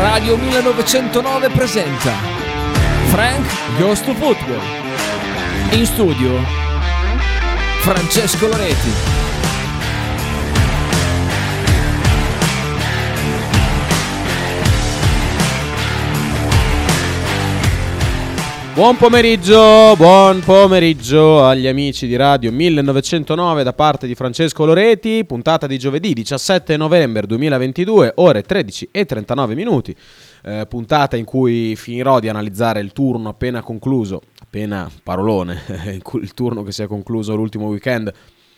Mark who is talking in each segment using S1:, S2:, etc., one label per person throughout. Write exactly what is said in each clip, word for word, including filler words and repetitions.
S1: Radio millenovecentonove presenta Frank Goes to Football. In studio Francesco Loreti.
S2: Buon pomeriggio, buon pomeriggio agli amici di Radio millenovecentonove da parte di Francesco Loreti, puntata di giovedì diciassette novembre duemilaventidue, ore tredici e trentanove minuti, eh, puntata in cui finirò di analizzare il turno appena concluso, appena parolone, il turno che si è concluso l'ultimo weekend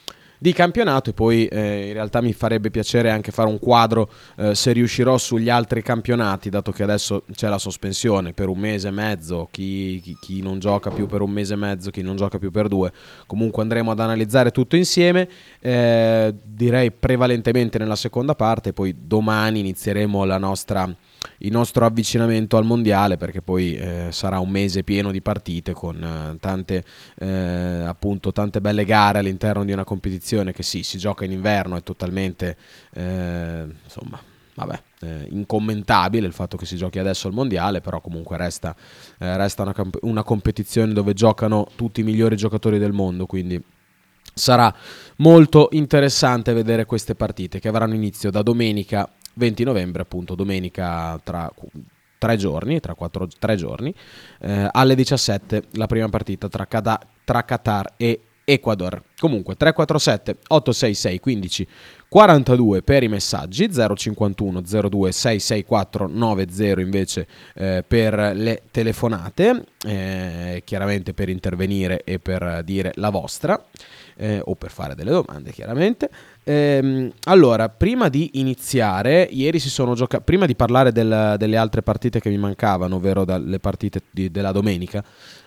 S2: di campionato, e poi eh, in realtà mi farebbe piacere anche fare un quadro eh, se riuscirò sugli altri campionati, dato che adesso c'è la sospensione per un mese e mezzo, chi, chi, chi non gioca più per un mese e mezzo, chi non gioca più per due. Comunque andremo ad analizzare tutto insieme, eh, direi prevalentemente nella seconda parte, poi domani inizieremo la nostra il nostro avvicinamento al mondiale, perché poi eh, sarà un mese pieno di partite con eh, tante eh, appunto tante belle gare all'interno di una competizione che sì, si gioca in inverno, è totalmente eh, insomma vabbè eh, incommentabile il fatto che si giochi adesso al mondiale, però comunque resta, eh, resta una, camp- una competizione dove giocano tutti i migliori giocatori del mondo, quindi sarà molto interessante vedere queste partite che avranno inizio da domenica venti novembre, appunto domenica tra tre giorni, tra quattro, tre giorni, eh, alle diciassette la prima partita tra, Cada, tra Qatar e Ecuador. Comunque tre quattro sette otto sei sei quindici quarantadue per i messaggi, zero cinquantuno zero due sei sei quattro nove zero invece eh, per le telefonate, eh, chiaramente per intervenire e per dire la vostra, eh, o per fare delle domande chiaramente. Ehm, allora, prima di iniziare, ieri si sono giocati, prima di parlare del, delle altre partite che mi mancavano, ovvero dalle partite di, della domenica,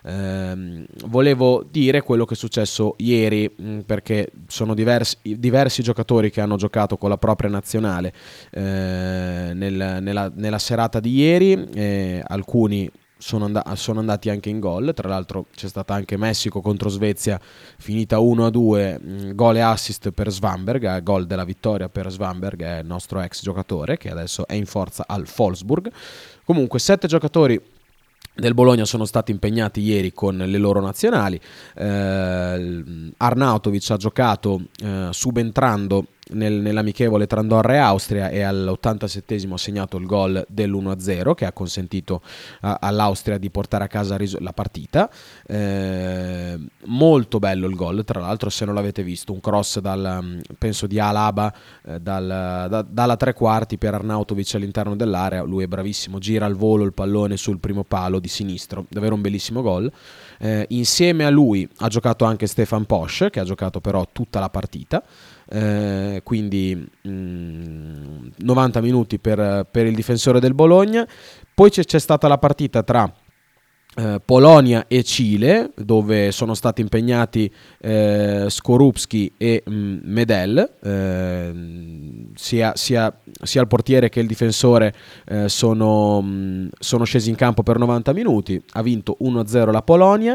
S2: ehm, volevo dire quello che è successo ieri, mh, perché sono diversi, diversi giocatori che hanno giocato con la propria nazionale eh, nel, nella, nella serata di ieri, eh, alcuni Sono, and- sono andati anche in gol. Tra l'altro c'è stata anche Messico contro Svezia, finita uno a due, mh, gol e assist per Svanberg, eh, gol della vittoria per Svanberg, è il nostro ex giocatore che adesso è in forza al Wolfsburg. Comunque sette giocatori del Bologna sono stati impegnati ieri con le loro nazionali. eh, Arnautovic ha giocato eh, subentrando nel, nell'amichevole tra Andorra e Austria, e all'ottantasettesimo ha segnato il gol dell'uno a zero che ha consentito a, all'Austria di portare a casa la partita. Eh, molto bello il gol, tra l'altro, se non l'avete visto, un cross dal, penso di Alaba, eh, dal, da, dalla tre quarti per Arnautovic all'interno dell'area. Lui è bravissimo, gira al volo il pallone sul primo palo di sinistro, davvero un bellissimo gol. Eh, insieme a lui ha giocato anche Stefan Posch, che ha giocato però tutta la partita. Eh, quindi mh, novanta minuti per, per il difensore del Bologna. Poi c'è, c'è stata la partita tra eh, Polonia e Cile, dove sono stati impegnati eh, Skorupski e mh, Medel, eh, sia, sia, sia il portiere che il difensore eh, sono, mh, sono scesi in campo per novanta minuti. Ha vinto uno a zero la Polonia,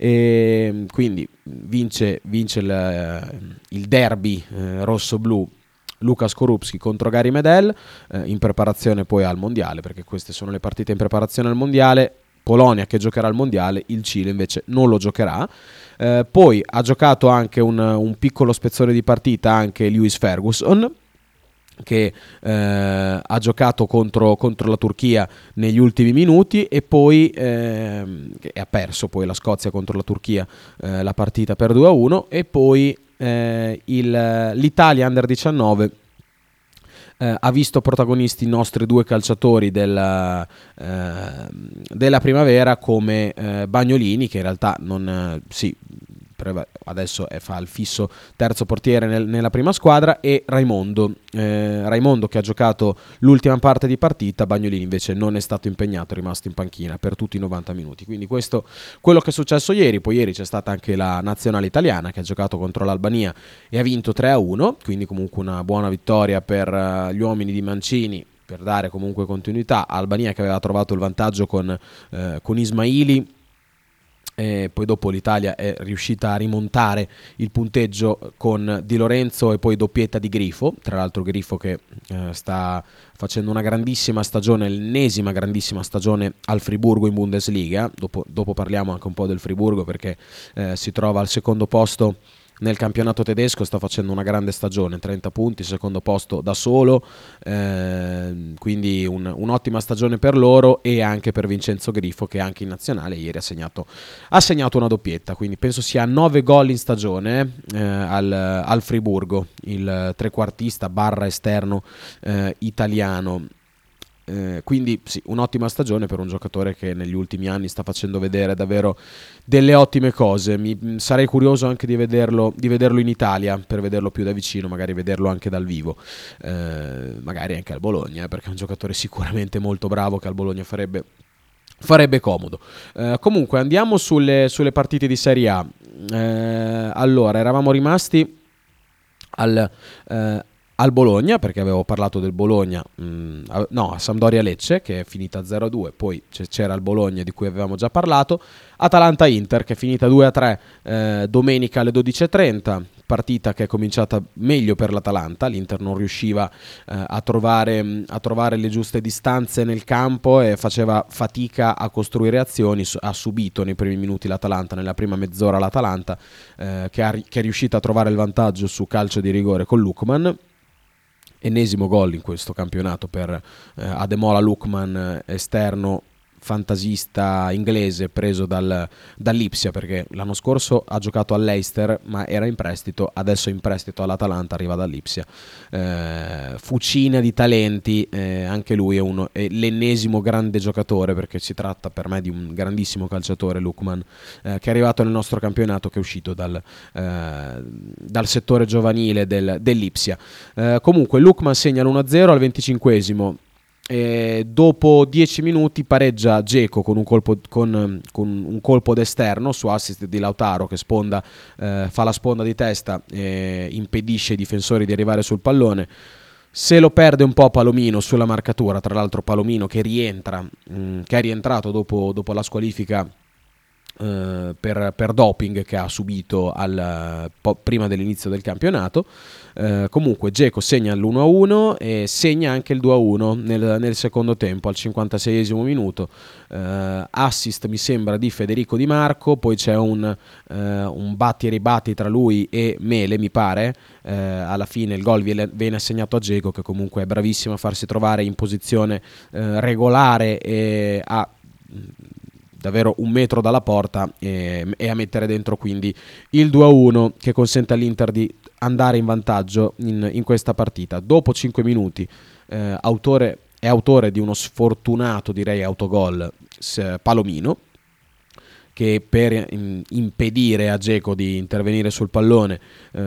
S2: e quindi vince, vince il, il derby eh, rosso-blu Luka Skorupski contro Gary Medel, eh, in preparazione poi al mondiale, perché queste sono le partite in preparazione al mondiale. Polonia che giocherà al mondiale, il Cile invece non lo giocherà. Eh, poi ha giocato anche un, un piccolo spezzone di partita anche Lewis Ferguson, che eh, ha giocato contro, contro la Turchia negli ultimi minuti, e poi eh, ha perso poi la Scozia contro la Turchia eh, la partita per due a uno, e poi eh, il, l'Italia under diciannove eh, ha visto protagonisti i nostri due calciatori della, eh, della primavera, come eh, Bagnolini, che in realtà non eh, sì adesso è, fa il fisso terzo portiere nel, nella prima squadra, e Raimondo eh, Raimondo che ha giocato l'ultima parte di partita. Bagnolini invece non è stato impegnato, è rimasto in panchina per tutti i novanta minuti. Quindi questo quello che è successo ieri. Poi ieri c'è stata anche la nazionale italiana, che ha giocato contro l'Albania e ha vinto tre a uno, quindi comunque una buona vittoria per uh, gli uomini di Mancini, per dare comunque continuità. Albania che aveva trovato il vantaggio con, eh, con Ismaili E poi dopo l'Italia è riuscita a rimontare il punteggio con Di Lorenzo e poi doppietta di Grifo, tra l'altro Grifo che eh, sta facendo una grandissima stagione, l'ennesima grandissima stagione al Friburgo in Bundesliga. Dopo, dopo parliamo anche un po' del Friburgo, perché eh, si trova al secondo posto nel campionato tedesco, sta facendo una grande stagione, trenta punti, secondo posto da solo, eh, quindi un, un'ottima stagione per loro e anche per Vincenzo Grifo, che anche in nazionale ieri ha segnato, ha segnato una doppietta, quindi penso sia nove gol in stagione eh, al, al Friburgo, il trequartista barra esterno eh, italiano. Eh, quindi sì, un'ottima stagione per un giocatore che negli ultimi anni sta facendo vedere davvero delle ottime cose. Mi, sarei curioso anche di vederlo, di vederlo in Italia, per vederlo più da vicino, magari vederlo anche dal vivo, eh, magari anche al Bologna, eh, perché è un giocatore sicuramente molto bravo che al Bologna farebbe, farebbe comodo. Eh, comunque andiamo sulle, sulle partite di Serie A. Eh, allora, eravamo rimasti al... Eh, al Bologna, perché avevo parlato del Bologna, mh, a, no, a Sampdoria Lecce, che è finita zero a due, poi c- c'era il Bologna di cui avevamo già parlato, Atalanta Inter, che è finita due a tre eh, domenica alle dodici e trenta, partita che è cominciata meglio per l'Atalanta. L'Inter non riusciva eh, a, trovare, a trovare le giuste distanze nel campo e faceva fatica a costruire azioni. Ha subito nei primi minuti l'Atalanta, nella prima mezz'ora l'Atalanta, eh, che, ha, che è riuscita a trovare il vantaggio su calcio di rigore con Lookman. Ennesimo gol in questo campionato per eh, Ademola Lookman, esterno fantasista inglese preso dal, dall'Ipsia, perché l'anno scorso ha giocato all'Leicester ma era in prestito, adesso è in prestito all'Atalanta, arriva dall'Ipsia. Eh, fucina di talenti, eh, anche lui è, uno, è l'ennesimo grande giocatore, perché si tratta per me di un grandissimo calciatore, Lookman, eh, che è arrivato nel nostro campionato, che è uscito dal, eh, dal settore giovanile del, dell'Ipsia. Eh, comunque Lookman segna l'uno a zero al venticinquesimo. E dopo dieci minuti pareggia Dzeko con un colpo, con, con un colpo d'esterno su assist di Lautaro, che sponda, eh, fa la sponda di testa e impedisce ai difensori di arrivare sul pallone. Se lo perde un po' Palomino sulla marcatura, tra l'altro Palomino che rientra, mh, che è rientrato dopo, dopo la squalifica Uh, per, per doping che ha subito al, po- prima dell'inizio del campionato. Uh, comunque Dzeko segna l'uno a uno e segna anche il due a uno nel, nel secondo tempo al cinquantaseiesimo minuto. Uh, assist mi sembra di Federico Di Marco, poi c'è un, uh, un batti e ribatti tra lui e Mele, mi pare. Uh, alla fine il gol viene, viene assegnato a Dzeko, che comunque è bravissimo a farsi trovare in posizione uh, regolare e a davvero un metro dalla porta e, e a mettere dentro quindi il due a uno, che consente all'Inter di andare in vantaggio in, in questa partita. Dopo cinque minuti eh, autore, è autore di uno sfortunato, direi, autogol Palomino, che per in, impedire a Dzeko di intervenire sul pallone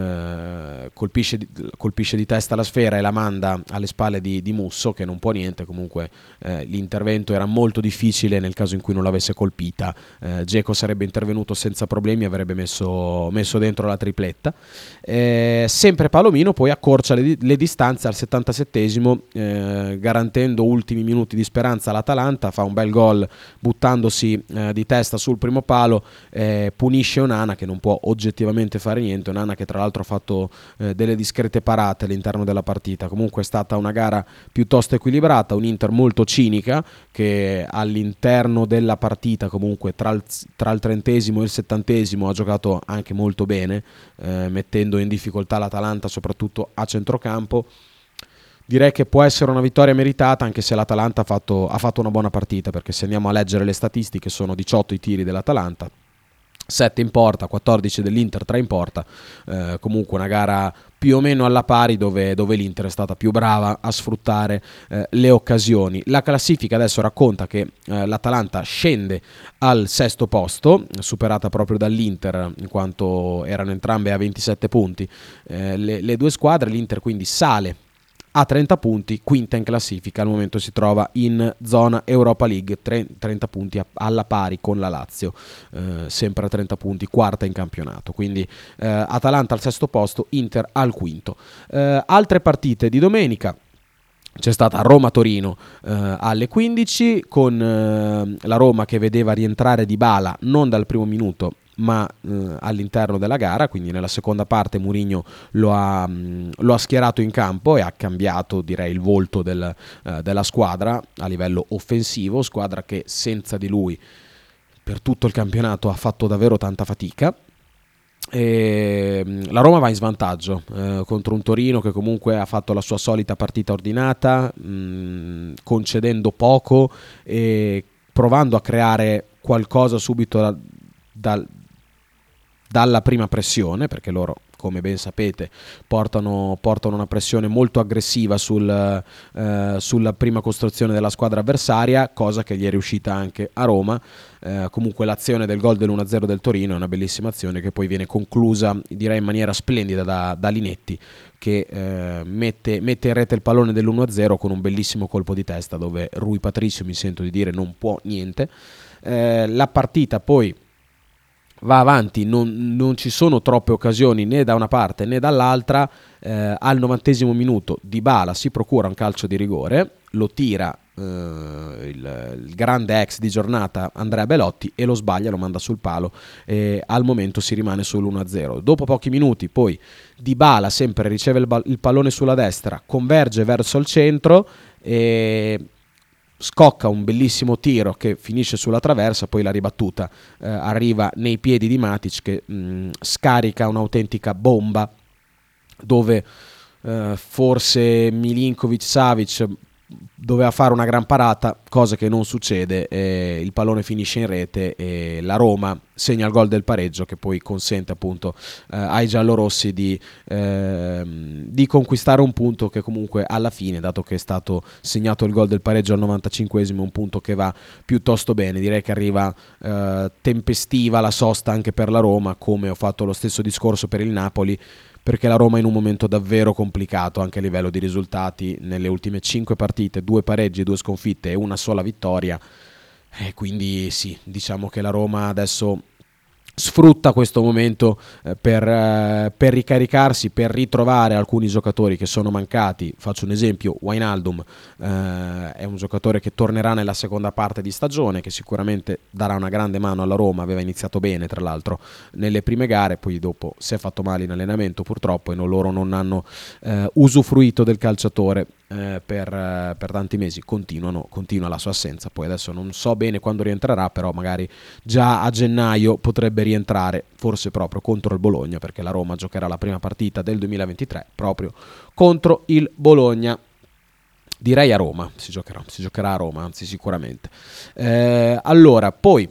S2: eh, colpisce, di, colpisce di testa la sfera e la manda alle spalle di, di Musso, che non può niente. Comunque eh, l'intervento era molto difficile, nel caso in cui non l'avesse colpita eh, Dzeko sarebbe intervenuto senza problemi, avrebbe messo, messo dentro la tripletta. Eh, sempre Palomino poi accorcia le, le distanze al settantasettesimo, eh, garantendo ultimi minuti di speranza all'Atalanta. Fa un bel gol buttandosi eh, di testa sul primo palo, eh, punisce Onana, che non può oggettivamente fare niente. Onana che tra l'altro ha fatto eh, delle discrete parate all'interno della partita. Comunque è stata una gara piuttosto equilibrata, un Inter molto cinica, che all'interno della partita comunque tra il, tra il trentesimo e il settantesimo ha giocato anche molto bene, eh, mettendo in difficoltà l'Atalanta soprattutto a centrocampo. Direi che può essere una vittoria meritata, anche se l'Atalanta ha fatto, ha fatto una buona partita, perché se andiamo a leggere le statistiche sono diciotto i tiri dell'Atalanta, sette in porta, quattordici dell'Inter, tre in porta. Eh, comunque una gara più o meno alla pari, dove, dove l'Inter è stata più brava a sfruttare eh, le occasioni. La classifica adesso racconta che eh, l'Atalanta scende al sesto posto, superata proprio dall'Inter, in quanto erano entrambe a ventisette punti eh, le, le due squadre. L'Inter quindi sale a trenta punti, quinta in classifica, al momento si trova in zona Europa League, trenta punti alla pari con la Lazio, eh, sempre a trenta punti, quarta in campionato. Quindi eh, Atalanta al sesto posto, Inter al quinto. Eh, altre partite di domenica: c'è stata Roma-Torino eh, alle quindici, con eh, la Roma che vedeva rientrare Dybala non dal primo minuto ma eh, all'interno della gara, quindi nella seconda parte Mourinho lo ha, mh, lo ha schierato in campo e ha cambiato, direi, il volto del, eh, della squadra a livello offensivo, squadra che senza di lui per tutto il campionato ha fatto davvero tanta fatica. E la Roma va in svantaggio eh, contro un Torino che comunque ha fatto la sua solita partita ordinata, mh, concedendo poco e provando a creare qualcosa subito da, da, dalla prima pressione, perché loro, come ben sapete, portano, portano una pressione molto aggressiva sul, eh, sulla prima costruzione della squadra avversaria, cosa che gli è riuscita anche a Roma. Eh, comunque l'azione del gol dell'uno a zero del Torino è una bellissima azione che poi viene conclusa, direi, in maniera splendida da, da Linetti, che eh, mette, mette in rete il pallone dell'uno a zero con un bellissimo colpo di testa dove Rui Patricio, mi sento di dire, non può niente. Eh, la partita poi va avanti, non, non ci sono troppe occasioni né da una parte né dall'altra. Eh, al novantesimo minuto Dybala si procura un calcio di rigore, lo tira eh, il, il grande ex di giornata Andrea Belotti e lo sbaglia, lo manda sul palo e al momento si rimane sull'uno a zero. Dopo pochi minuti poi Dybala sempre riceve il, ba- il pallone sulla destra, converge verso il centro e scocca un bellissimo tiro che finisce sulla traversa, poi la ribattuta eh, arriva nei piedi di Matic che mh, scarica un'autentica bomba dove eh, forse Milinkovic-Savic doveva fare una gran parata, cosa che non succede, eh, il pallone finisce in rete e la Roma segna il gol del pareggio che poi consente appunto eh, ai giallorossi di, eh, di conquistare un punto che comunque alla fine, dato che è stato segnato il gol del pareggio al novantacinquesimo, un punto che va piuttosto bene. Direi che arriva eh, tempestiva la sosta anche per la Roma, come ho fatto lo stesso discorso per il Napoli, perché la Roma è in un momento davvero complicato anche a livello di risultati. Nelle ultime cinque partite, due pareggi, due sconfitte e una sola vittoria, e quindi sì, diciamo che la Roma adesso sfrutta questo momento eh, per, eh, per ricaricarsi, per ritrovare alcuni giocatori che sono mancati. Faccio un esempio: Wijnaldum eh, è un giocatore che tornerà nella seconda parte di stagione, che sicuramente darà una grande mano alla Roma. Aveva iniziato bene tra l'altro nelle prime gare, poi dopo si è fatto male in allenamento purtroppo e non, loro non hanno eh, usufruito del calciatore eh, per, eh, per tanti mesi. Continuano, continua la sua assenza, poi adesso non so bene quando rientrerà, però magari già a gennaio potrebbe rientrare, forse proprio contro il Bologna, perché la Roma giocherà la prima partita del duemilaventitré proprio contro il Bologna. Direi a Roma, si giocherà, si giocherà a Roma, anzi sicuramente. Eh, allora, poi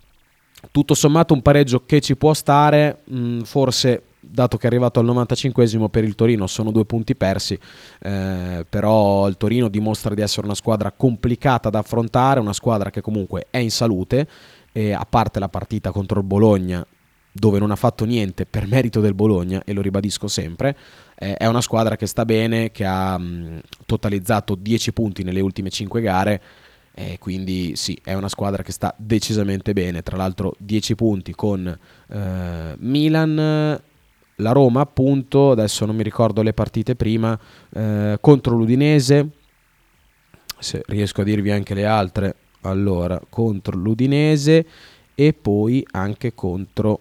S2: tutto sommato un pareggio che ci può stare, mh, forse dato che è arrivato al novantacinquesimo per il Torino sono due punti persi, eh, però il Torino dimostra di essere una squadra complicata da affrontare, una squadra che comunque è in salute, e a parte la partita contro il Bologna dove non ha fatto niente per merito del Bologna, e lo ribadisco sempre, eh, è una squadra che sta bene, che ha mh, totalizzato dieci punti nelle ultime cinque gare, e quindi sì, è una squadra che sta decisamente bene. Tra l'altro dieci punti con eh, Milan, la Roma appunto, adesso non mi ricordo le partite prima, eh, contro l'Udinese, se riesco a dirvi anche le altre. Allora, contro l'Udinese e poi anche contro,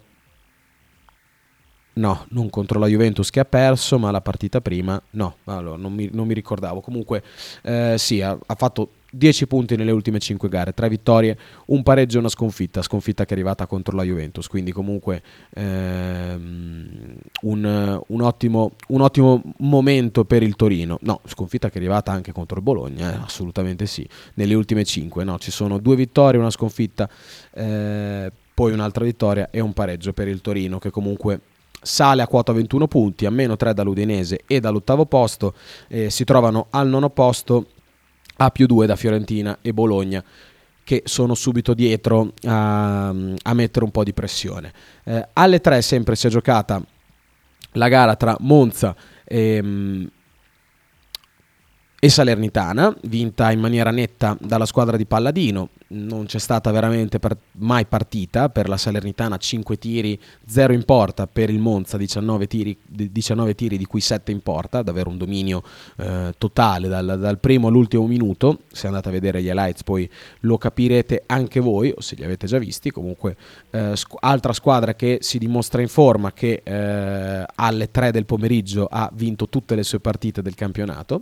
S2: no, non contro la Juventus che ha perso, ma la partita prima, no, allora, non, mi, non mi ricordavo. Comunque eh, sì, ha, ha fatto dieci punti nelle ultime cinque gare, tre vittorie, un pareggio e una sconfitta, sconfitta che è arrivata contro la Juventus, quindi comunque ehm, un, un, ottimo, un ottimo momento per il Torino. No, sconfitta che è arrivata anche contro il Bologna, eh, assolutamente sì, nelle ultime cinque, no, ci sono due vittorie, una sconfitta, eh, poi un'altra vittoria e un pareggio per il Torino, che comunque sale a quota ventuno punti, a meno tre dall'Udinese e dall'ottavo posto, eh, si trovano al nono posto a più due da Fiorentina e Bologna, che sono subito dietro a, a mettere un po' di pressione. Eh, alle tre sempre si è giocata la gara tra Monza e, e Salernitana, vinta in maniera netta dalla squadra di Palladino. Non c'è stata veramente per, mai partita per la Salernitana, cinque tiri, zero in porta, per il Monza diciannove tiri, diciannove tiri di cui sette in porta, davvero un dominio eh, totale dal, dal primo all'ultimo minuto. Se andate a vedere gli highlights poi lo capirete anche voi, o se li avete già visti. Comunque eh, squ- altra squadra che si dimostra in forma, che eh, alle tre del pomeriggio ha vinto tutte le sue partite del campionato.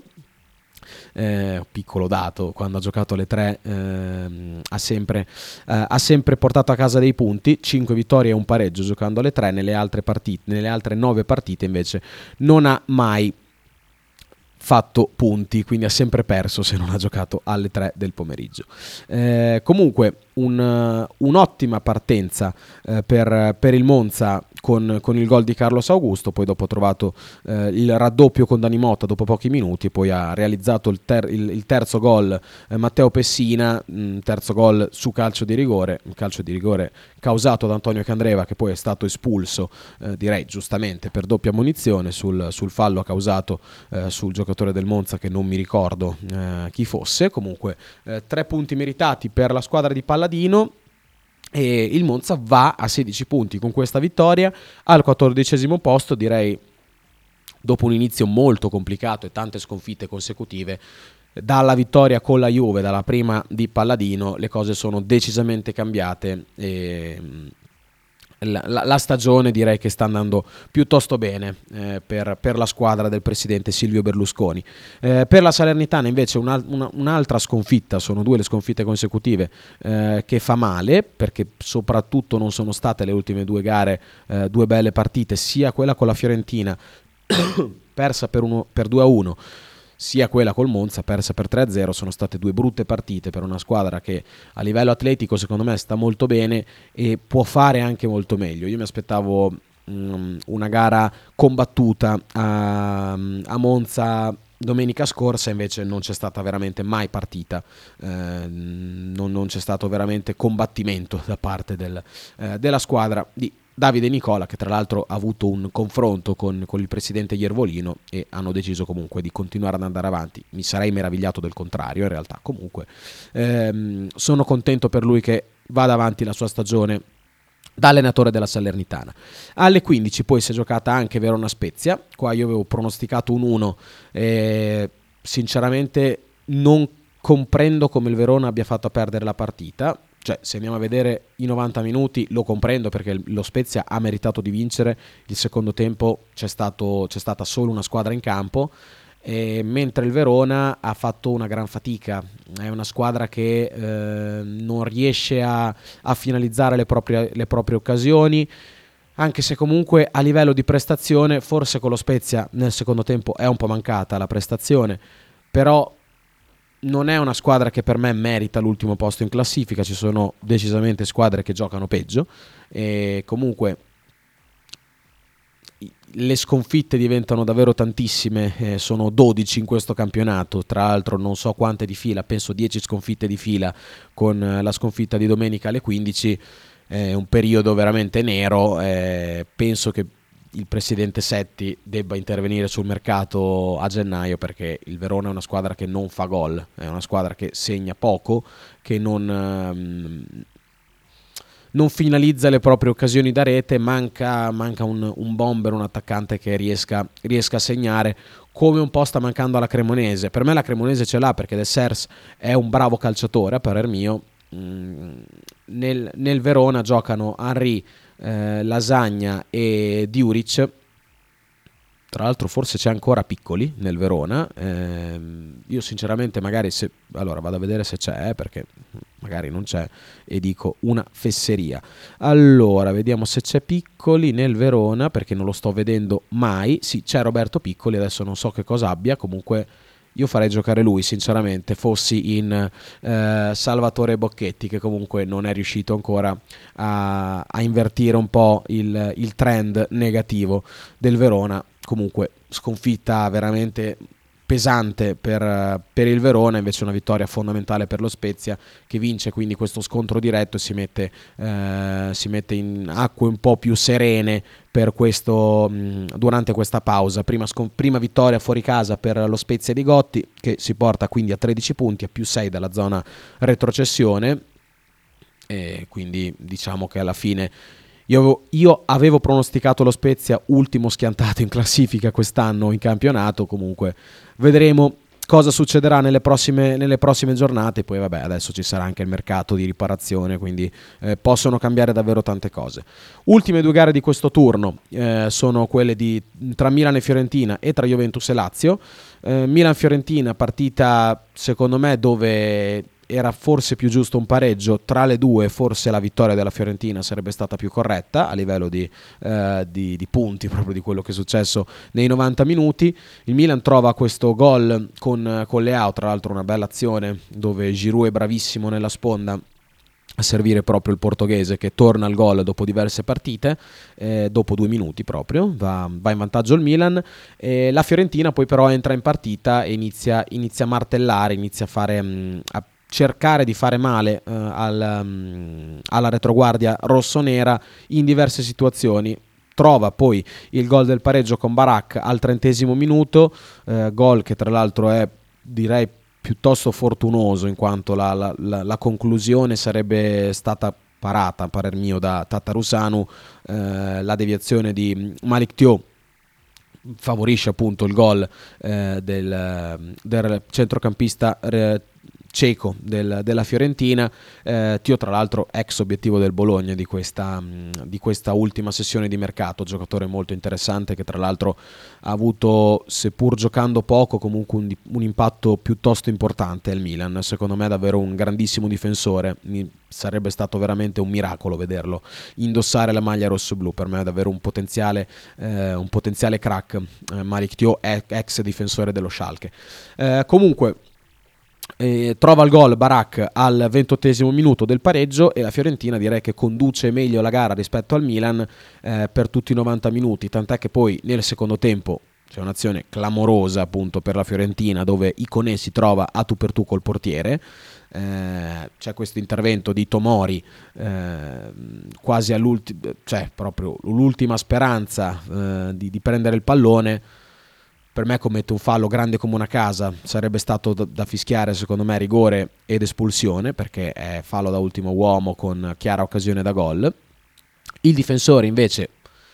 S2: Eh, piccolo dato, quando ha giocato alle tre ehm, ha, sempre, eh, ha sempre portato a casa dei punti, cinque vittorie e un pareggio giocando alle tre. Nelle altre partite, nelle altre nove partite invece non ha mai fatto punti, quindi ha sempre perso se non ha giocato alle tre del pomeriggio. Eh, comunque un, uh, un'ottima partenza eh, per, per il Monza con, con il gol di Carlos Augusto, poi dopo ha trovato eh, il raddoppio con Dani Motta dopo pochi minuti, e poi ha realizzato il, ter- il, il terzo gol eh, Matteo Pessina, mh, terzo gol su calcio di rigore, un calcio di rigore causato da Antonio Candreva, che poi è stato espulso, eh, direi giustamente, per doppia ammonizione sul, sul fallo causato eh, sul giocatore del Monza, che non mi ricordo eh, chi fosse. Comunque eh, tre punti meritati per la squadra di Palladino, e il Monza va a sedici punti con questa vittoria al quattordicesimo posto, direi, dopo un inizio molto complicato e tante sconfitte consecutive. Dalla vittoria con la Juve, dalla prima di Palladino, le cose sono decisamente cambiate e la, la, la stagione direi che sta andando piuttosto bene eh, per, per la squadra del presidente Silvio Berlusconi. Eh, per la Salernitana invece una, una, un'altra sconfitta, sono due le sconfitte consecutive, eh, che fa male, perché soprattutto non sono state le ultime due gare eh, due belle partite, sia quella con la Fiorentina persa per, uno, per due a uno, sia quella col Monza persa per tre a zero. Sono state due brutte partite per una squadra che a livello atletico secondo me sta molto bene e può fare anche molto meglio. Io mi aspettavo um, una gara combattuta a, a Monza domenica scorsa, invece non c'è stata veramente mai partita, eh, non, non c'è stato veramente combattimento da parte del, eh, della squadra di Davide Nicola, che tra l'altro ha avuto un confronto con, con il presidente Iervolino e hanno deciso comunque di continuare ad andare avanti. Mi sarei meravigliato del contrario in realtà. Comunque ehm, sono contento per lui che vada avanti la sua stagione da allenatore della Salernitana. Alle quindici poi si è giocata anche Verona Spezia. Qua io avevo pronosticato un uno, e sinceramente non comprendo come il Verona abbia fatto a perdere la partita. Cioè, se andiamo a vedere i novanta minuti lo comprendo, perché lo Spezia ha meritato di vincere. Il secondo tempo c'è stato, c'è stata solo una squadra in campo, e mentre il Verona ha fatto una gran fatica. È una squadra che eh, non riesce a, a finalizzare le proprie, le proprie occasioni, anche se comunque a livello di prestazione forse con lo Spezia nel secondo tempo è un po' mancata la prestazione, però non è una squadra che per me merita l'ultimo posto in classifica. Ci sono decisamente squadre che giocano peggio, e comunque le sconfitte diventano davvero tantissime, eh, sono dodici in questo campionato, tra l'altro non so quante di fila, penso dieci sconfitte di fila, con eh, la sconfitta di domenica alle quindici. È eh, un periodo veramente nero. Eh, penso che il presidente Setti debba intervenire sul mercato a gennaio, perché il Verona è una squadra che non fa gol, è una squadra che segna poco, che non, ehm, non finalizza le proprie occasioni da rete. Manca, manca un, un bomber, un attaccante che riesca, riesca a segnare, come un po' sta mancando alla Cremonese. Per me la Cremonese ce l'ha, perché De Sers è un bravo calciatore a parer mio. Mm, nel, nel Verona giocano Henry, Eh, Lasagna e Diuric. Tra l'altro forse c'è ancora Piccoli nel Verona. eh, io sinceramente magari se allora vado a vedere se c'è, eh, perché magari non c'è e dico una fesseria. Allora vediamo se c'è Piccoli nel Verona, perché non lo sto vedendo mai. Sì, c'è Roberto Piccoli, adesso non so che cosa abbia. Comunque io farei giocare lui sinceramente, fossi in eh, Salvatore Bocchetti, che comunque non è riuscito ancora a, a invertire un po' il, il trend negativo del Verona. Comunque sconfitta veramente pesante per, per il Verona, invece una vittoria fondamentale per lo Spezia, che vince quindi questo scontro diretto e si mette, eh, si mette in acque un po' più serene per questo, mh, durante questa pausa. Prima, scon- prima vittoria fuori casa per lo Spezia di Gotti, che si porta quindi a tredici punti, a più sei dalla zona retrocessione, e quindi diciamo che alla fine Io avevo, io avevo pronosticato lo Spezia ultimo schiantato in classifica quest'anno in campionato. Comunque vedremo cosa succederà nelle prossime, nelle prossime giornate. Poi vabbè, adesso ci sarà anche il mercato di riparazione, quindi eh, possono cambiare davvero tante cose. Ultime due gare di questo turno eh, sono quelle di, tra Milan e Fiorentina e tra Juventus e Lazio. eh, Milan-Fiorentina, partita secondo me dove era forse più giusto un pareggio. Tra le due forse la vittoria della Fiorentina sarebbe stata più corretta a livello di, eh, di, di punti, proprio di quello che è successo nei novanta minuti. Il Milan trova questo gol con, con Leao, tra l'altro una bella azione dove Giroud è bravissimo nella sponda a servire proprio il portoghese, che torna al gol dopo diverse partite, eh, dopo due minuti proprio va, va in vantaggio il Milan. Eh, la Fiorentina poi però entra in partita e inizia, inizia a martellare, inizia a fare mh, a cercare di fare male eh, al, um, alla retroguardia rossonera in diverse situazioni. Trova poi il gol del pareggio con Barak al trentesimo minuto, eh, gol che tra l'altro è, direi, piuttosto fortunoso, in quanto la, la, la, la conclusione sarebbe stata parata, a parer mio, da Tatarusanu. Eh, la deviazione di Malik Thiaw favorisce appunto il gol eh, del, del centrocampista eh, ceco del, della Fiorentina. eh, Tio tra l'altro ex obiettivo del Bologna di questa, mh, di questa ultima sessione di mercato, giocatore molto interessante che tra l'altro ha avuto, seppur giocando poco, comunque un, un impatto piuttosto importante al Milan. Secondo me è davvero un grandissimo difensore, mi, sarebbe stato veramente un miracolo vederlo indossare la maglia rossoblu. Per me è davvero un potenziale, eh, un potenziale crack. eh, Malik Thiaw, ex difensore dello Schalke. eh, comunque Eh, trova il gol Barak al ventottesimo minuto del pareggio, e la Fiorentina direi che conduce meglio la gara rispetto al Milan eh, per tutti i novanta minuti, tant'è che poi nel secondo tempo c'è un'azione clamorosa appunto per la Fiorentina, dove Iconé si trova a tu per tu col portiere. Eh, c'è questo intervento di Tomori eh, quasi all'ultimo, cioè proprio l'ultima speranza eh, di, di prendere il pallone. Per me commette un fallo grande come una casa, sarebbe stato da, da fischiare secondo me rigore ed espulsione, perché è fallo da ultimo uomo con chiara occasione da gol. Il difensore invece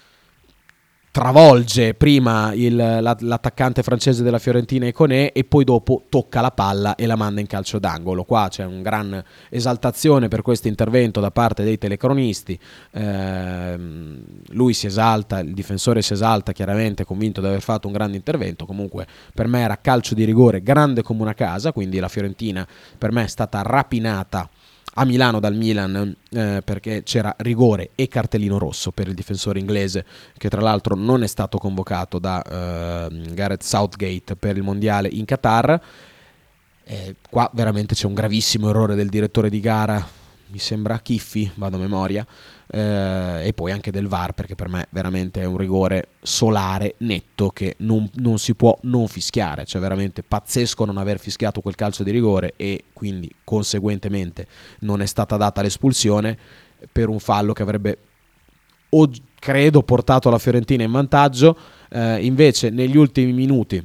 S2: travolge prima il, l'attaccante francese della Fiorentina Iconé, e poi dopo tocca la palla e la manda in calcio d'angolo. Qua c'è un gran esaltazione per questo intervento da parte dei telecronisti. eh, lui si esalta, il difensore si esalta chiaramente convinto di aver fatto un grande intervento. Comunque per me era calcio di rigore grande come una casa, quindi la Fiorentina per me è stata rapinata a Milano dal Milan eh, perché c'era rigore e cartellino rosso per il difensore inglese, che tra l'altro non è stato convocato da eh, Gareth Southgate per il mondiale in Qatar. Eh, qua veramente c'è un gravissimo errore del direttore di gara, mi sembra Chiffi, vado a memoria, eh, e poi anche del V A R, perché per me veramente è un rigore solare, netto, che non, non si può non fischiare. Cioè veramente pazzesco non aver fischiato quel calcio di rigore, e quindi conseguentemente non è stata data l'espulsione per un fallo che avrebbe, o credo, portato la Fiorentina in vantaggio. Eh, invece negli ultimi minuti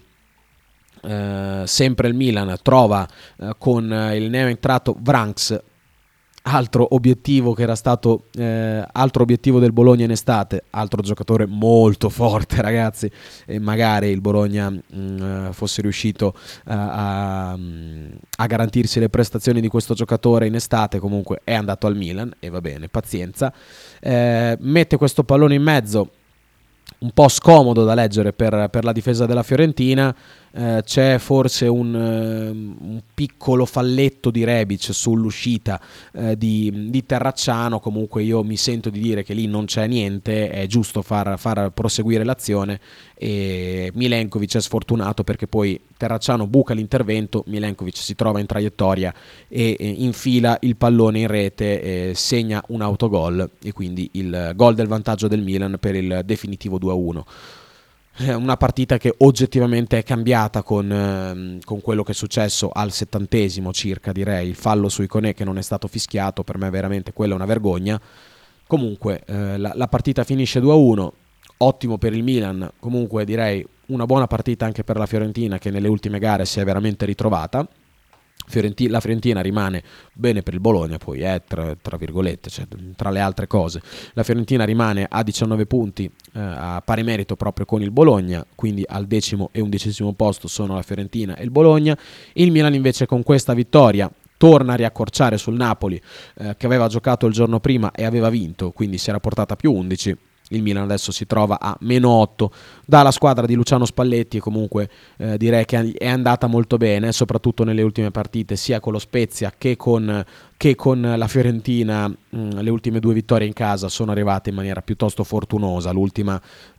S2: eh, sempre il Milan trova eh, con il neo entrato Vranks, altro obiettivo che era stato eh, altro obiettivo del Bologna in estate, altro giocatore molto forte, ragazzi, e magari il Bologna mh, fosse riuscito uh, a, a garantirsi le prestazioni di questo giocatore in estate. Comunque è andato al Milan e va bene, pazienza. Eh, mette questo pallone in mezzo, un po' scomodo da leggere per, per la difesa della Fiorentina. Eh, c'è forse un, uh, un piccolo falletto di Rebic sull'uscita uh, di, di Terracciano. Comunque io mi sento di dire che lì non c'è niente, è giusto far, far proseguire l'azione, e Milenkovic è sfortunato perché poi Terracciano buca l'intervento, Milenkovic si trova in traiettoria e, e infila il pallone in rete e segna un autogol, e quindi il gol del vantaggio del Milan per il definitivo due a uno. una partita che oggettivamente è cambiata con, ehm, con quello che è successo al settantesimo circa, direi, il fallo su Iconé che non è stato fischiato, per me veramente quella è una vergogna. Comunque eh, la, la partita finisce due a uno, ottimo per il Milan, comunque direi una buona partita anche per la Fiorentina che nelle ultime gare si è veramente ritrovata. Fiorenti- la Fiorentina rimane bene per il Bologna, poi è eh, tra, tra virgolette, cioè, tra le altre cose la Fiorentina rimane a diciannove punti, eh, a pari merito proprio con il Bologna, quindi al decimo e undicesimo posto sono la Fiorentina e il Bologna. Il Milan invece con questa vittoria torna a riaccorciare sul Napoli, eh, che aveva giocato il giorno prima e aveva vinto, quindi si era portata a più undici. Il Milan adesso si trova a meno otto dalla squadra di Luciano Spalletti e comunque eh, direi che è andata molto bene, soprattutto nelle ultime partite, sia con lo Spezia che con, che con la Fiorentina. Mh, le ultime due vittorie in casa sono arrivate in maniera piuttosto fortunosa, l'ultima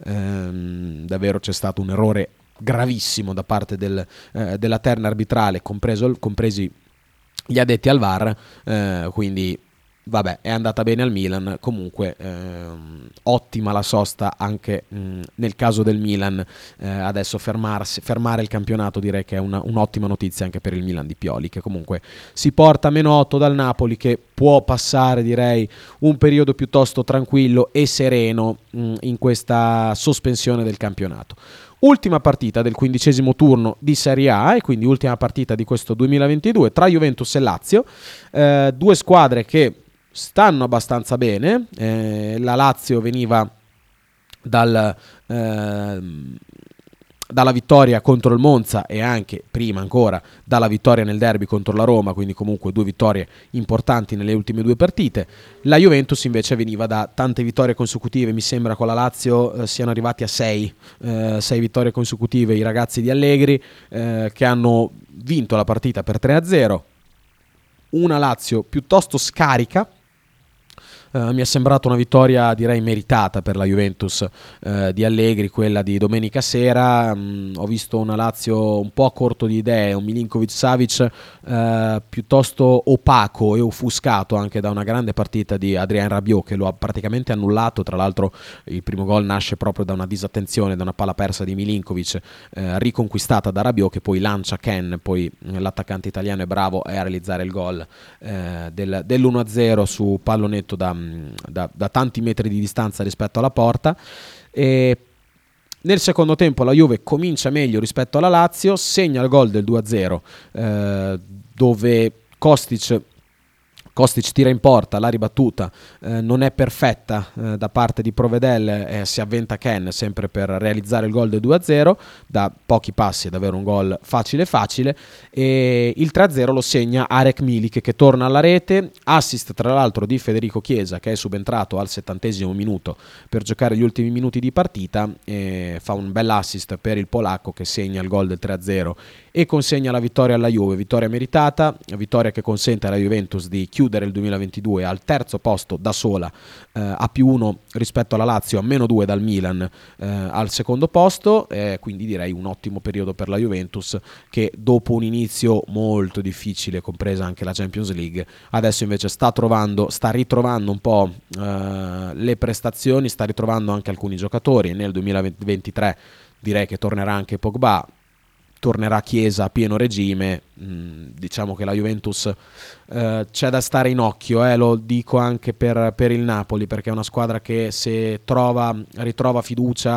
S2: ehm, davvero c'è stato un errore gravissimo da parte del, eh, della terna arbitrale, compreso, compresi gli addetti al V A R, eh, quindi vabbè, è andata bene al Milan. Comunque ehm, ottima la sosta anche mh, nel caso del Milan. Eh, adesso fermarsi, fermare il campionato direi che è una, un'ottima notizia anche per il Milan di Pioli, che comunque si porta a meno otto dal Napoli, che può passare direi un periodo piuttosto tranquillo e sereno mh, in questa sospensione del campionato. Ultima partita del quindicesimo turno di Serie A e quindi ultima partita di questo duemilaventidue tra Juventus e Lazio, eh, due squadre che stanno abbastanza bene. Eh, la Lazio veniva dal, eh, dalla vittoria contro il Monza e anche prima ancora dalla vittoria nel derby contro la Roma, quindi comunque due vittorie importanti nelle ultime due partite. La Juventus invece veniva da tante vittorie consecutive, mi sembra con la Lazio eh, siano arrivati a sei, eh, sei vittorie consecutive i ragazzi di Allegri, eh, che hanno vinto la partita per tre a zero. Una Lazio piuttosto scarica. Uh, mi è sembrata una vittoria direi meritata per la Juventus uh, di Allegri, quella di domenica sera. Um, ho visto una Lazio un po' a corto di idee, un Milinkovic-Savic uh, piuttosto opaco e offuscato anche da una grande partita di Adrien Rabiot che lo ha praticamente annullato. Tra l'altro il primo gol nasce proprio da una disattenzione, da una palla persa di Milinkovic uh, riconquistata da Rabiot, che poi lancia Ken, poi uh, l'attaccante italiano è bravo a realizzare il gol uh, del, dell'uno a zero su pallonetto da Da, da tanti metri di distanza rispetto alla porta. E nel secondo tempo la Juve comincia meglio rispetto alla Lazio, segna il gol del due a zero, eh, dove Kostic Kostic tira in porta, la ribattuta eh, non è perfetta eh, da parte di Provedel, eh, si avventa Ken sempre per realizzare il gol del due a zero, da pochi passi è davvero un gol facile facile, e il tre a zero lo segna Arek Milik, che torna alla rete, assist tra l'altro di Federico Chiesa, che è subentrato al settantesimo minuto per giocare gli ultimi minuti di partita, e fa un bel assist per il polacco che segna il gol del tre a zero e consegna la vittoria alla Juve, vittoria meritata, vittoria che consente alla Juventus di chiudere il duemilaventidue al terzo posto da sola, eh, a più uno rispetto alla Lazio, a meno due dal Milan eh, al secondo posto, eh, quindi direi un ottimo periodo per la Juventus, che dopo un inizio molto difficile, compresa anche la Champions League, adesso invece sta trovando, sta ritrovando un po' eh, le prestazioni, sta ritrovando anche alcuni giocatori. Nel duemilaventitré direi che tornerà anche Pogba, tornerà Chiesa a pieno regime. Mm, diciamo che la Juventus eh, c'è da stare in occhio, eh, lo dico anche per, per il Napoli, perché è una squadra che se trova, ritrova fiducia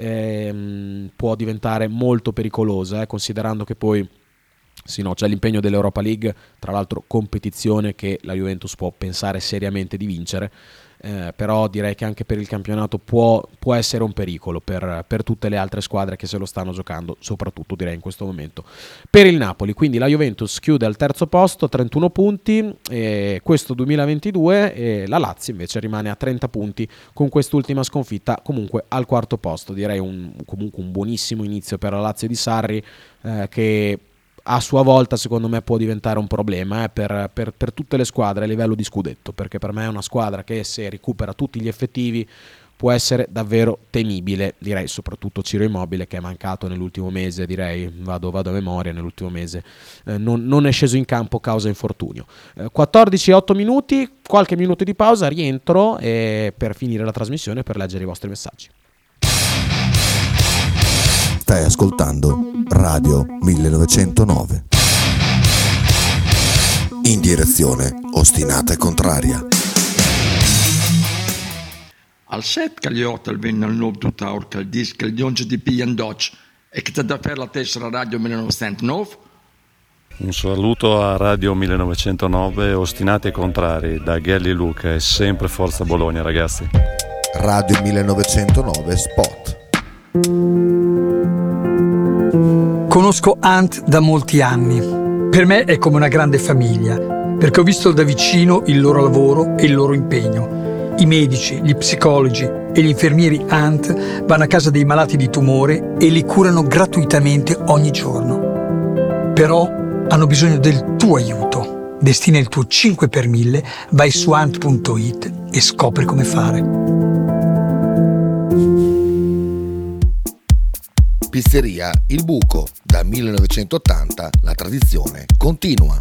S2: eh, può diventare molto pericolosa, eh, considerando che poi sì, no, c'è l'impegno dell'Europa League, tra l'altro competizione che la Juventus può pensare seriamente di vincere. Eh, però direi che anche per il campionato può, può essere un pericolo per, per tutte le altre squadre che se lo stanno giocando, soprattutto direi in questo momento per il Napoli. Quindi la Juventus chiude al terzo posto, trentuno punti, e questo duemilaventidue, e la Lazio invece rimane a trenta punti con quest'ultima sconfitta, comunque al quarto posto. Direi un, comunque un buonissimo inizio per la Lazio di Sarri, eh, che a sua volta secondo me può diventare un problema eh, per, per, per tutte le squadre a livello di scudetto, perché per me è una squadra che se recupera tutti gli effettivi può essere davvero temibile. Direi soprattutto Ciro Immobile, che è mancato nell'ultimo mese, direi vado, vado a memoria, nell'ultimo mese eh, non, non è sceso in campo causa infortunio. eh, quattordici e otto minuti, qualche minuto di pausa, rientro e per finire la trasmissione per leggere i vostri messaggi.
S3: Stai ascoltando Radio millenovecentonove. In direzione ostinata e contraria.
S4: Al set che gli hotel venne al nuovo tuttaur che il disco il dionge di P and Dodge e che ti dà per la tessera Radio millenovecentonove.
S5: Un saluto a Radio millenovecentonove, ostinati e contrari, da Gelli Luca e sempre Forza Bologna, ragazzi.
S3: Radio millenovecentonove Spot.
S6: Conosco Ant da molti anni. Per me è come una grande famiglia, perché ho visto da vicino il loro lavoro e il loro impegno. I medici, gli psicologi e gli infermieri Ant vanno a casa dei malati di tumore e li curano gratuitamente ogni giorno. Però hanno bisogno del tuo aiuto. Destina il tuo cinque per mille, vai su ant punto it e scopri come fare.
S3: Pizzeria Il Buco. Da millenovecentottanta la tradizione continua.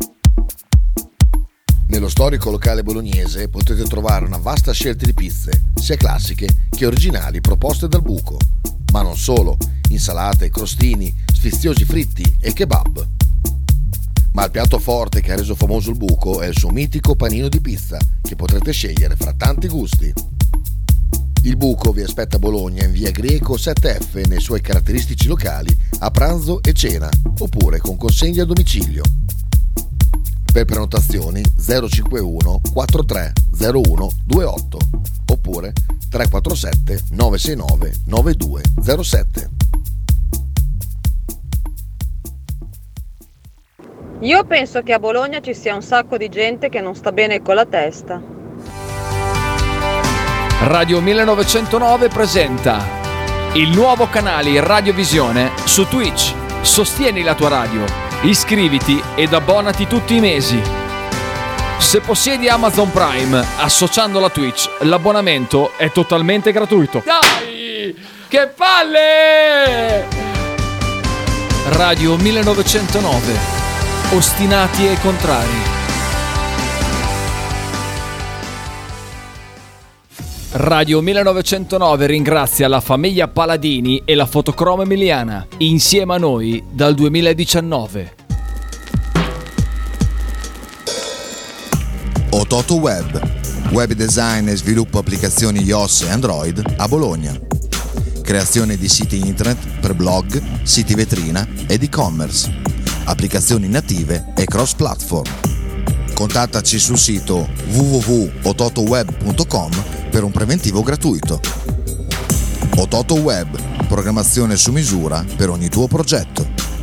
S3: Nello storico locale bolognese potete trovare una vasta scelta di pizze, sia classiche che originali proposte dal Buco. Ma non solo, insalate, crostini, sfiziosi fritti e kebab. Ma il piatto forte che ha reso famoso il Buco è il suo mitico panino di pizza, che potrete scegliere fra tanti gusti. Il Buco vi aspetta a Bologna in via Greco sette F nei suoi caratteristici locali a pranzo e cena, oppure con consegna a domicilio. Per prenotazioni zero cinquantuno quarantatré zero uno ventotto oppure tre quattro sette nove sei nove nove due zero sette.
S7: Io penso che a Bologna ci sia un sacco di gente che non sta bene con la testa.
S1: Radio millenovecentonove presenta il nuovo canale Radiovisione su Twitch. Sostieni la tua radio, iscriviti ed abbonati tutti i mesi. Se possiedi Amazon Prime, associandolo a Twitch, l'abbonamento è totalmente gratuito. Dai! Che palle! Radio millenovecentonove. Ostinati e contrari. Radio millenovecentonove ringrazia la famiglia Paladini e la Fotocromo Emiliana, insieme a noi dal duemiladiciannove.
S3: Ototo Web, web design e sviluppo applicazioni iOS e Android a Bologna. Creazione di siti internet per blog, siti vetrina ed e-commerce, applicazioni native e cross-platform. Contattaci sul sito w w w punto ototoweb punto com per un preventivo gratuito. Ototo Web, programmazione su misura per ogni tuo progetto.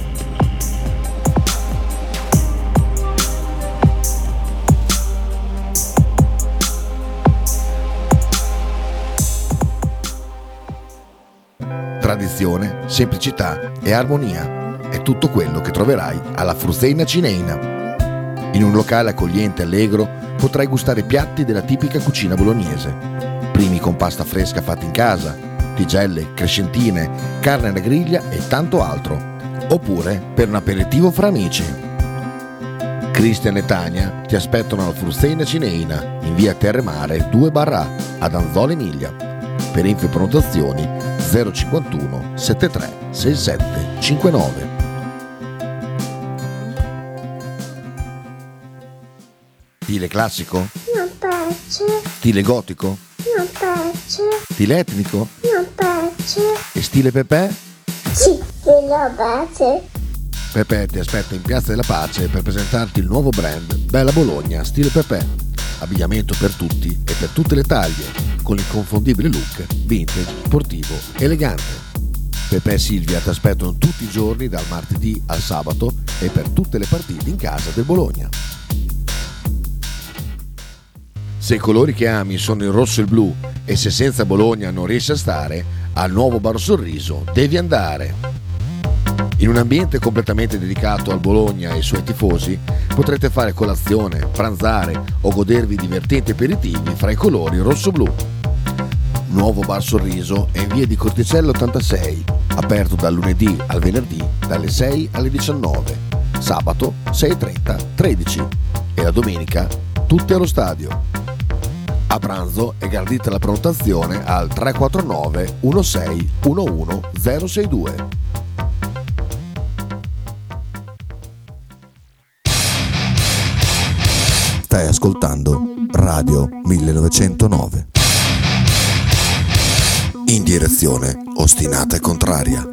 S3: Tradizione, semplicità e armonia è tutto quello che troverai alla Fruzeina Cineina. In un locale accogliente e allegro potrai gustare piatti della tipica cucina bolognese. Primi con pasta fresca fatta in casa, tigelle, crescentine, carne alla griglia e tanto altro. Oppure per un aperitivo fra amici. Cristian e Tania ti aspettano alla Fruzeina Cineina in via Terremare due barra ad Anzola Emilia. Per info e prenotazioni zero cinquantuno settantatré sessantasette cinquantanove. Stile classico?
S8: Non piace.
S3: Stile gotico?
S8: Non piace.
S3: Stile etnico?
S8: Non piace.
S3: E stile Pepe?
S8: Sì, lo piace.
S3: Pepe ti aspetta in Piazza della Pace per presentarti il nuovo brand Bella Bologna Stile Pepe. Abbigliamento per tutti e per tutte le taglie, con l'inconfondibile look vintage, sportivo, elegante. Pepe e Silvia ti aspettano tutti i giorni dal martedì al sabato e per tutte le partite in casa del Bologna. Se i colori che ami sono il rosso e il blu e se senza Bologna non riesci a stare, al nuovo Bar Sorriso devi andare. In un ambiente completamente dedicato al Bologna e ai suoi tifosi, potrete fare colazione, pranzare o godervi divertenti aperitivi fra i colori rosso-blu. Nuovo Bar Sorriso è in via di Corticello ottantasei, aperto dal lunedì al venerdì dalle sei alle diciannove, sabato sei e trenta tredici e la domenica tutti allo stadio. A pranzo è gradita la prenotazione al tre quattro nove uno sei uno uno zero sei due. Stai ascoltando Radio millenovecentonove. In direzione ostinata e contraria.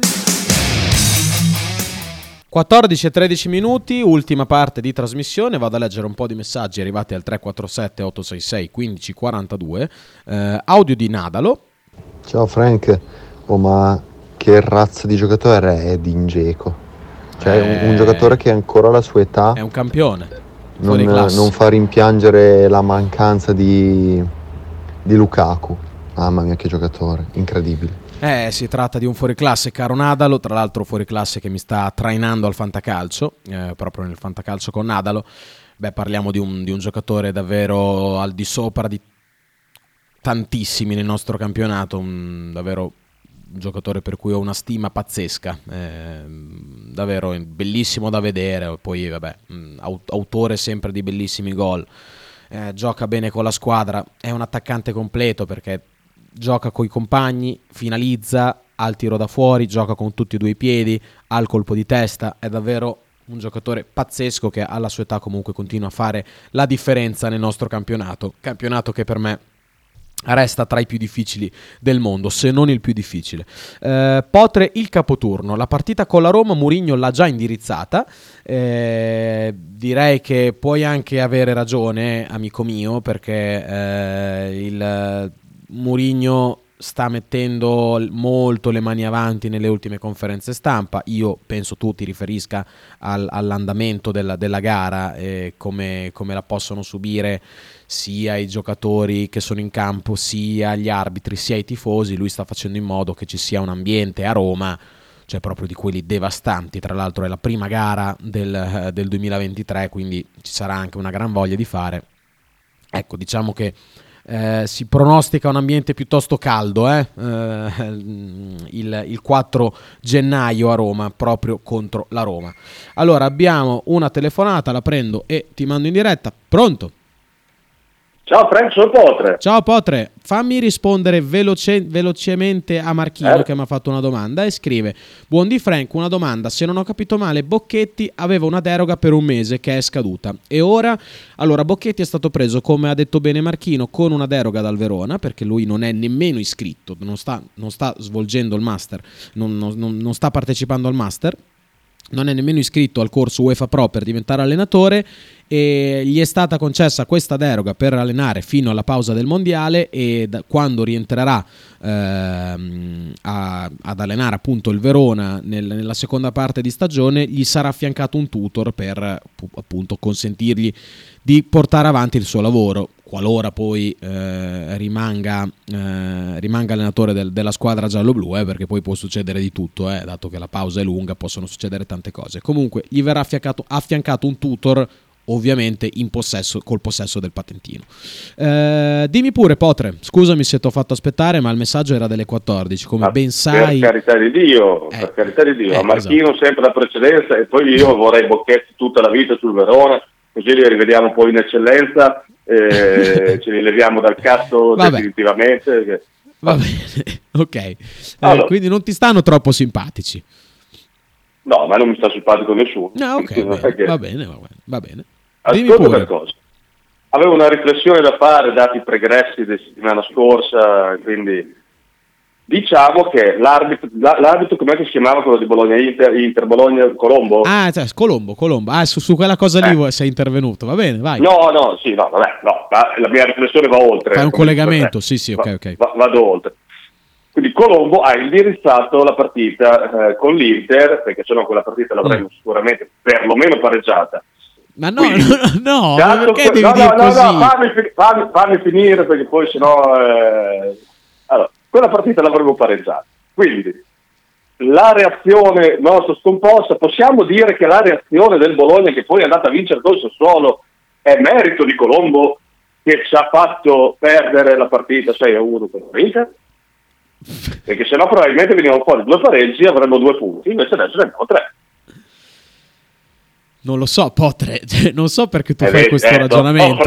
S2: quattordici e tredici minuti, ultima parte di trasmissione. Vado a leggere un po' di messaggi arrivati al tre quattro sette otto sei sei uno cinque quattro due. Eh, audio di Nadalo.
S9: Ciao Frank, oh, ma che razza di giocatore è Edin Dzeko? Cioè
S2: Eh,
S9: un, un giocatore che ancora alla sua età
S2: È un campione.
S9: non,
S2: Fuori classe.
S9: non fa rimpiangere la mancanza di, di Lukaku. Mamma mia, che giocatore, incredibile.
S2: Eh, si tratta di un fuoriclasse, caro Nadalo, tra l'altro fuoriclasse che mi sta trainando al fantacalcio, eh, proprio nel fantacalcio con Nadalo. Beh, parliamo di un, di un giocatore davvero al di sopra di tantissimi nel nostro campionato, un, davvero un giocatore per cui ho una stima pazzesca, eh, davvero bellissimo da vedere, poi vabbè, autore sempre di bellissimi gol, eh, gioca bene con la squadra, è un attaccante completo perché gioca coi compagni, finalizza, ha il tiro da fuori, gioca con tutti e due i piedi, ha il colpo di testa, è davvero un giocatore pazzesco che alla sua età comunque continua a fare la differenza nel nostro campionato, campionato che per me resta tra i più difficili del mondo, se non il più difficile. Eh, Potre il capoturno, la partita con la Roma Mourinho l'ha già indirizzata, eh, direi che puoi anche avere ragione, amico mio, perché eh, il Mourinho sta mettendo molto le mani avanti nelle ultime conferenze stampa. Io penso tu ti riferisca al, all'andamento della, della gara e come, come la possono subire sia i giocatori che sono in campo, sia gli arbitri, sia i tifosi. Lui sta facendo in modo che ci sia un ambiente a Roma, cioè proprio di quelli devastanti. Tra l'altro è la prima gara del, del duemilaventitré, quindi ci sarà anche una gran voglia di fare. Ecco, diciamo che Eh, si pronostica un ambiente piuttosto caldo eh? Eh, il, il quattro gennaio a Roma, proprio contro la Roma. Allora abbiamo una telefonata, la prendo e ti mando in diretta. Pronto?
S10: Ciao Frank, sono Potre.
S2: Ciao Potre, fammi rispondere veloce, velocemente a Marchino
S10: eh.
S2: che mi ha fatto una domanda e scrive: buondì Frank, una domanda, se non ho capito male Bocchetti aveva una deroga per un mese che è scaduta e ora, allora Bocchetti è stato preso, come ha detto bene Marchino, con una deroga dal Verona, perché lui non è nemmeno iscritto, non sta, non sta svolgendo il master, non, non, non sta partecipando al master, non è nemmeno iscritto al corso UEFA Pro per diventare allenatore e gli è stata concessa questa deroga per allenare fino alla pausa del mondiale e da, quando rientrerà ehm, a, ad allenare appunto il Verona nel, nella seconda parte di stagione gli sarà affiancato un tutor per appunto consentirgli di portare avanti il suo lavoro qualora poi eh, rimanga, eh, rimanga allenatore del, della squadra giallo-blu, eh, perché poi può succedere di tutto, eh, dato che la pausa è lunga, possono succedere tante cose. Comunque gli verrà affiancato, affiancato un tutor, ovviamente in possesso, col possesso del patentino. Eh, dimmi pure Potre, scusami se ti ho fatto aspettare, ma il messaggio era delle quattordici, come
S10: ma
S2: ben sai.
S10: Per carità di Dio,
S2: eh,
S10: per carità di Dio,
S2: eh,
S10: a Marchino
S2: esatto.
S10: sempre la precedenza e poi io vorrei Bocchetti tutta la vita sul Verona, così li rivediamo poi in eccellenza. Eh, ce li leviamo dal cazzo
S2: Vabbè.
S10: definitivamente che...
S2: Va bene, ok, eh,
S10: allora,
S2: quindi non ti stanno troppo simpatici.
S10: no, ma non mi sta simpatico nessuno.
S2: No, ok, bene,
S10: Perché...
S2: va bene, va bene, va bene.
S10: Ascolta una cosa, avevo una riflessione da fare dati i pregressi della settimana scorsa, quindi diciamo che l'arbitro, l'arbitro com'è che si chiamava quello di Bologna, Inter, Inter Bologna, Colombo?
S2: Ah, cioè, Colombo, Colombo. Ah, su, su quella cosa lì
S10: eh.
S2: sei intervenuto, va bene, vai.
S10: No, no, sì, no, vabbè, no, la, la mia riflessione va oltre.
S2: Fai un collegamento, sì, sì, ok, ok.
S10: Va, vado oltre. Quindi Colombo ha indirizzato la partita eh, con l'Inter, perché sennò quella partita l'avremmo mm. sicuramente perlomeno pareggiata.
S2: Ma no,
S10: Quindi,
S2: no, no, perché
S10: que-
S2: devi
S10: no,
S2: dire
S10: no,
S2: così?
S10: No, no, fammi, fammi, fammi finire perché poi sennò... Eh... Allora, quella partita l'avremmo pareggiata. Quindi, la reazione nostra scomposta, possiamo dire che la reazione del Bologna, che poi è andata a vincere col Sassuolo, è merito di Colombo, che ci ha fatto perdere la partita sei a uno con l'Inter? Perché sennò probabilmente venivano fuori due pareggi e avremmo due punti, invece adesso ne abbiamo tre.
S2: Non lo so, Potre, non so perché tu
S10: eh,
S2: fai
S10: beh,
S2: questo
S10: eh,
S2: ragionamento.
S10: Offre,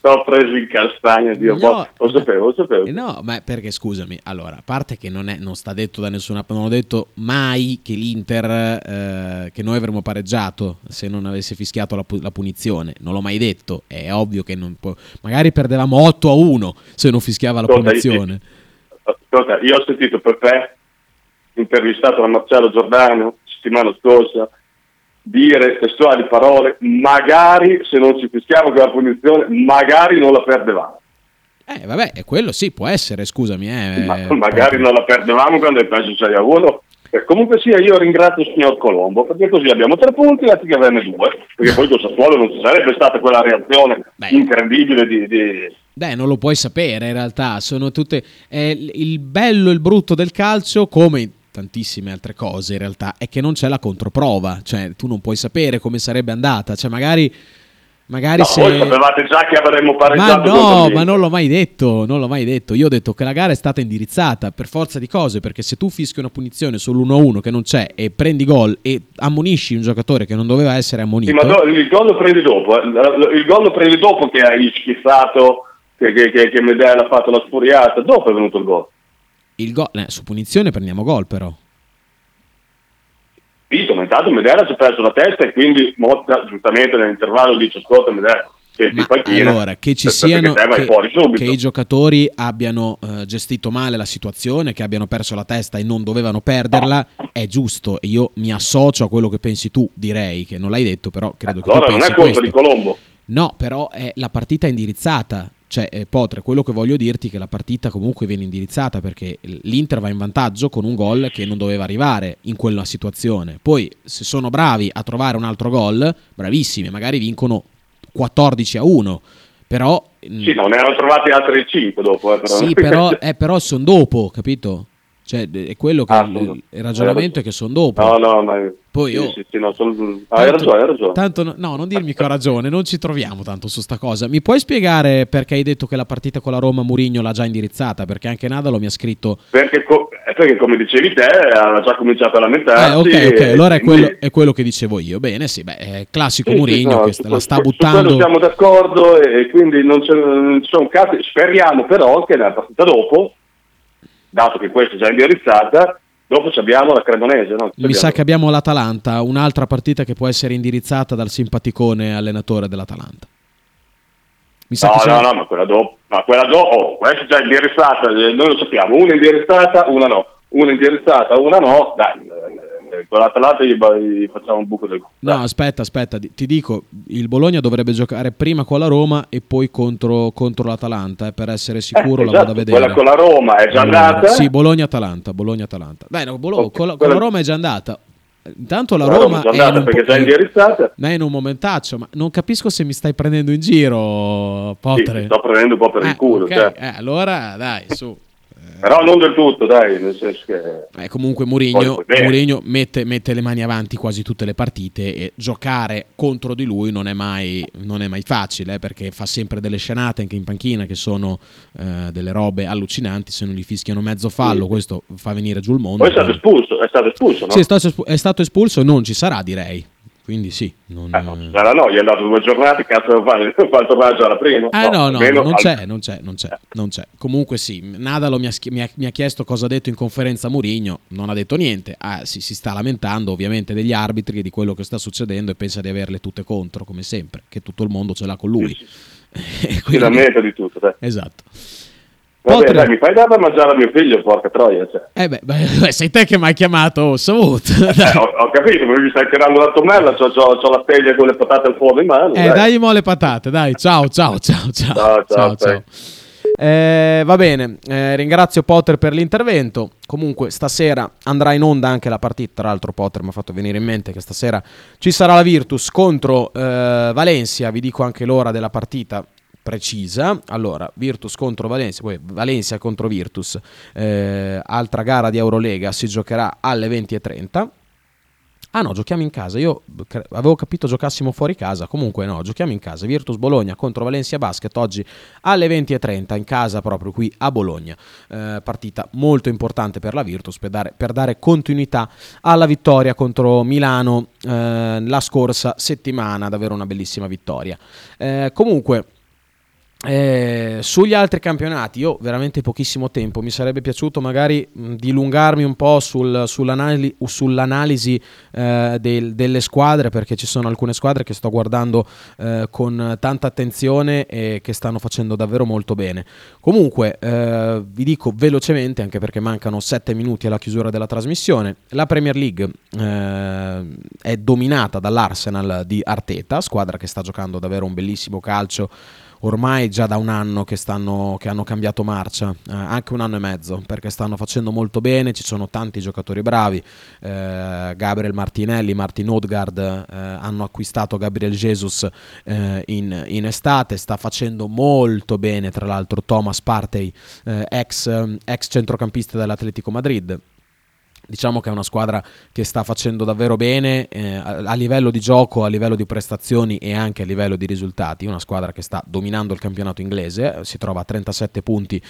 S10: sto preso in castagna, Dio,
S2: No,
S10: lo sapevo, lo sapevo.
S2: Eh no, ma perché scusami, allora, a parte che non, è, non sta detto da nessuna, non ho detto mai che l'Inter, eh, che noi avremmo pareggiato se non avesse fischiato la, pu- la punizione, non l'ho mai detto, è ovvio che non può, magari perdevamo otto a uno se non fischiava la
S10: Ascolta,
S2: punizione.
S10: io, ascolta, io ho sentito Pepe, intervistato da Marcello Giordano settimana scorsa, dire testuali parole: magari se non ci fischiamo quella punizione, magari non la perdevamo.
S2: Eh vabbè, è quello sì, può essere, scusami. Eh,
S10: Ma magari non la perdevamo quando è perso sei a uno. E comunque sia, io ringrazio il signor Colombo, perché così abbiamo tre punti anziché averne due, perché poi con Sassuolo non ci sarebbe stata quella reazione
S2: Beh.
S10: incredibile di, di...
S2: Beh, non lo puoi sapere in realtà, sono tutte eh, il bello e il brutto del calcio, come tantissime altre cose in realtà, è che non c'è la controprova, cioè tu non puoi sapere come sarebbe andata, cioè magari magari
S10: No,
S2: se
S10: voi sapevate già che avremmo
S2: ma
S10: pareggiato contro
S2: no,
S10: l'Inter.
S2: ma non l'ho mai detto, non l'ho mai detto. Io ho detto che la gara è stata indirizzata per forza di cose, perché se tu fischi una punizione sull'uno a uno che non c'è e prendi gol e ammonisci un giocatore che non doveva essere ammonito.
S10: Sì, ma do- il gol lo prendi dopo, eh. il gol lo prendi dopo che hai schizzato, che, che, che, che Medel ha fatto la sfuriata, dopo è venuto il gol.
S2: Il gol, eh, su punizione prendiamo gol però.
S10: Visto, ma intanto Medel ci ha perso la testa e quindi Motta giustamente nell'intervallo dice: ascolta Medel, che
S2: Ma
S10: ti panchina,
S2: allora, che ci
S10: perché
S2: siano,
S10: te vai
S2: che,
S10: fuori subito.
S2: che i giocatori abbiano eh, gestito male la situazione, che abbiano perso la testa e non dovevano perderla, è giusto. E io mi associo a quello che pensi tu, direi che non l'hai detto, però credo che
S10: Allora
S2: tu
S10: non
S2: pensi
S10: è colpa
S2: questo.
S10: di Colombo.
S2: No, però è la partita è indirizzata. Cioè, eh, Potre, quello che voglio dirti è che la partita comunque viene indirizzata, perché l'Inter va in vantaggio con un gol che non doveva arrivare in quella situazione. Poi, se sono bravi a trovare un altro gol, bravissimi, magari vincono quattordici a uno. Però
S10: Sì, non ne erano trovati altri cinque dopo. Eh, però.
S2: sì, però, eh, però sono dopo, capito? Cioè, è quello che
S10: Ah,
S2: il,
S10: sono-
S2: il ragionamento è che sono dopo.
S10: No, no, ma...
S2: Poi
S10: sì,
S2: io-
S10: sì, sì, no, sono- ah, hai
S2: Tanto-
S10: ragione, hai ragione.
S2: Tanto no, no, non dirmi che ho ragione, non ci troviamo tanto su sta cosa. Mi puoi spiegare perché hai detto che la partita con la Roma Mourinho l'ha già indirizzata? Perché anche Nadalo mi ha scritto
S10: Perché, co- eh, perché come dicevi te, aveva già cominciato a lamentarsi.
S2: eh, ok, ok,
S10: e
S2: allora è
S10: quindi-
S2: quello, è quello che dicevo io. Bene, sì, beh, è classico
S10: Sì, sì,
S2: Mourinho
S10: no,
S2: che
S10: su-
S2: sta- la sta
S10: su- Su
S2: buttando.
S10: quello siamo d'accordo e quindi non c'è, non ci sono casi. Speriamo però che nella partita dopo, dato che questa è già indirizzata, dopo ci abbiamo la Cremonese. No? Ci
S2: Mi sa
S10: abbiamo-
S2: che abbiamo l'Atalanta, un'altra partita che può essere indirizzata dal simpaticone allenatore dell'Atalanta. Mi sa
S10: No,
S2: che c'è-
S10: no, no, ma quella dopo, ma quella dopo, oh, questa è già indirizzata, eh, noi lo sappiamo, una indirizzata, una no, una indirizzata, una no, dai, eh, eh, con l'Atalanta gli, gli facciamo un buco del culo.
S2: No, aspetta, aspetta, di- ti dico, il Bologna dovrebbe giocare prima con la Roma e poi contro, contro l'Atalanta, eh, per essere sicuro
S10: Eh,
S2: la
S10: esatto,
S2: vado a vedere.
S10: quella con la Roma è già
S2: Allora,
S10: andata.
S2: Sì, Bologna-Atalanta, Bologna-Atalanta. Beh, no, Bolo-
S10: Ok,
S2: con, la, con
S10: quella-
S2: la Roma è già andata. Intanto la
S10: La Roma
S2: Roma
S10: è già
S2: è in
S10: andata
S2: un,
S10: perché
S2: po-
S10: è già indirizzata.
S2: è in un momentaccio, ma non capisco se mi stai prendendo in giro,
S10: Sì,
S2: Potre.
S10: ti sto prendendo un po' per
S2: Eh,
S10: il culo,
S2: ok,
S10: cioè.
S2: eh, allora dai, su.
S10: Però non del tutto, dai, nel senso che...
S2: Eh, comunque
S10: Poi
S2: Mourinho,
S10: puoi bene.
S2: Mourinho mette, mette le mani avanti quasi tutte le partite e giocare contro di lui non è mai, non è mai facile, eh, perché fa sempre delle scenate anche in panchina che sono eh, delle robe allucinanti. Se non gli fischiano mezzo fallo,
S10: Sì.
S2: questo fa venire giù il mondo.
S10: Poi è stato espulso, è stato espulso, no?
S2: Sì, è stato, espu- è stato espulso, non ci sarà, direi. Quindi sì. Non,
S10: Eh, non ci sarà, no, gli è andato due giornate, cazzo devo fare, fa tornare già la prima.
S2: Eh no, no,
S10: almeno
S2: non
S10: al-
S2: c'è, non c'è, non c'è, non c'è. Comunque sì, Nadalo mi ha, schi- mi ha- mi ha chiesto cosa ha detto in conferenza Mourinho, non ha detto niente, ah, si, si sta lamentando ovviamente degli arbitri e di quello che sta succedendo e pensa di averle tutte contro, come sempre, che tutto il mondo ce l'ha con lui. E
S10: Si
S2: quindi-
S10: lamenta di tutto, dai.
S2: Esatto.
S10: Vabbè,
S2: Potre-
S10: dai, mi fai dare da mangiare a mio figlio, porca troia, cioè.
S2: Eh beh, beh, sei te che mi hai chiamato, oh, Savut.
S10: Eh, ho, ho capito, ma mi stai tirando la tomella, c'ho, c'ho, c'ho la teglia con le patate al forno in mano.
S2: Eh,
S10: dai.
S2: dagli mo le patate, dai, ciao, ciao, ciao, ciao,
S10: Ciao, ciao,
S2: ciao. Eh, va bene, eh, ringrazio Potter per l'intervento. Comunque stasera andrà in onda anche la partita. Tra l'altro Potter mi ha fatto venire in mente che stasera ci sarà la Virtus contro eh, Valencia. Vi dico anche l'ora della partita precisa. Allora, Virtus contro Valencia, poi Valencia contro Virtus, eh, altra gara di Eurolega, si giocherà alle venti e trenta. Ah no, giochiamo in casa. Io cre- avevo capito giocassimo fuori casa. Comunque no, giochiamo in casa. Virtus Bologna contro Valencia Basket oggi alle venti e trenta in casa proprio qui a Bologna. Eh, partita molto importante per la Virtus per dare, per dare continuità alla vittoria contro Milano eh, la scorsa settimana. Davvero una bellissima vittoria. Eh, comunque Eh, sugli altri campionati io veramente pochissimo tempo, mi sarebbe piaciuto magari mh, dilungarmi un po' sul, sull'anali- sull'analisi eh, del- delle squadre, perché ci sono alcune squadre che sto guardando eh, con tanta attenzione e che stanno facendo davvero molto bene. Comunque eh, vi dico velocemente, anche perché mancano sette minuti alla chiusura della trasmissione, la Premier League eh, è dominata dall'Arsenal di Arteta, squadra che sta giocando davvero un bellissimo calcio ormai già da un anno che, stanno, che hanno cambiato marcia, eh, anche un anno e mezzo, perché stanno facendo molto bene, ci sono tanti giocatori bravi, eh, Gabriel Martinelli, Martin Odegaard, eh, hanno acquistato Gabriel Jesus eh, in, in estate, sta facendo molto bene tra l'altro Thomas Partey, eh, ex, ex centrocampista dell'Atletico Madrid. Diciamo che è una squadra che sta facendo davvero bene eh, a, a livello di gioco, a livello di prestazioni e anche a livello di risultati. Una squadra che sta dominando il campionato inglese, si trova a trentasette punti,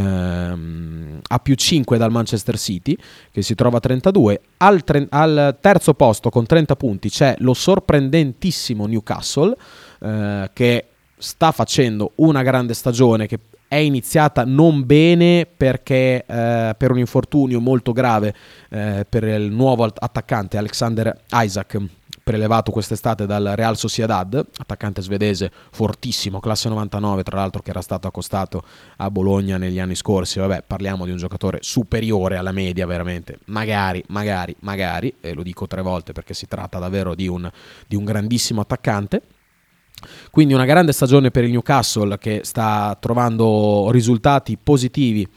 S2: ehm, a più cinque dal Manchester City, che si trova a trentadue. Al, tre, al terzo posto con trenta punti c'è lo sorprendentissimo Newcastle, eh, che sta facendo una grande stagione, che è iniziata non bene perché eh, per un infortunio molto grave eh, per il nuovo attaccante Alexander Isak, prelevato quest'estate dal Real Sociedad, attaccante svedese fortissimo, classe novantanove tra l'altro, che era stato accostato a Bologna negli anni scorsi. Vabbè, parliamo di un giocatore superiore alla media, veramente, magari, magari, magari, e lo dico tre volte perché si tratta davvero di un, di un grandissimo attaccante. Quindi una grande stagione per il Newcastle, che sta trovando risultati positivi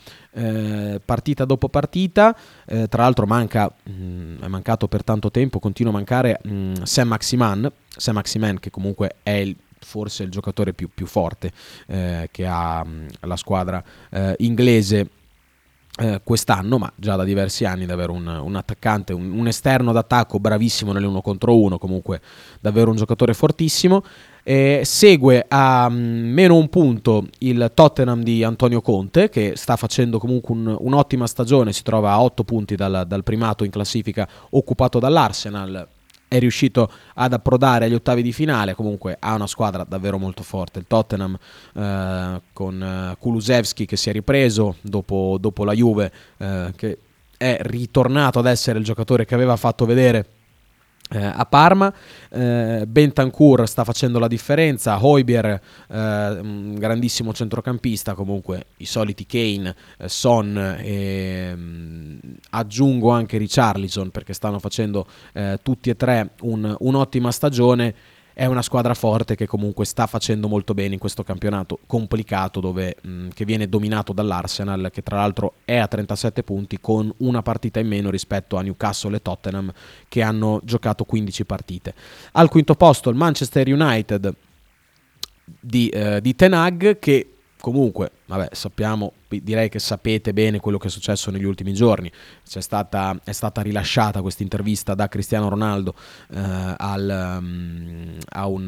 S2: eh, partita dopo partita. Eh, tra l'altro manca, mh, è mancato per tanto tempo, continua a mancare mh, Sam Maximan, Sam Maximan che comunque è il, forse il giocatore più, più forte eh, che ha mh, la squadra eh, inglese Eh, quest'anno, ma già da diversi anni davvero un, un attaccante, un, un esterno d'attacco bravissimo nell'uno contro uno, comunque davvero un giocatore fortissimo. Eh, segue a mh, meno un punto il Tottenham di Antonio Conte, che sta facendo comunque un, un'ottima stagione, si trova a otto punti dal, dal primato in classifica occupato dall'Arsenal. È riuscito ad approdare agli ottavi di finale, comunque ha una squadra davvero molto forte. Il Tottenham eh, con eh, Kulusevski che si è ripreso dopo, dopo la Juve, eh, che è ritornato ad essere il giocatore che aveva fatto vedere Eh, a Parma. eh, Bentancur sta facendo la differenza, Højbjerg eh, un grandissimo centrocampista, comunque i soliti Kane, eh, Son e mh, aggiungo anche Richarlison, perché stanno facendo eh, tutti e tre un, un'ottima stagione. È una squadra forte che comunque sta facendo molto bene in questo campionato complicato, dove, mh, che viene dominato dall'Arsenal, che tra l'altro è a trentasette punti con una partita in meno rispetto a Newcastle e Tottenham, che hanno giocato quindici partite. Al quinto posto il Manchester United di, eh, di Ten Hag, che comunque, vabbè, sappiamo, direi che sapete bene quello che è successo negli ultimi giorni. C'è stata, è stata rilasciata questa intervista da Cristiano Ronaldo eh, al, um, a un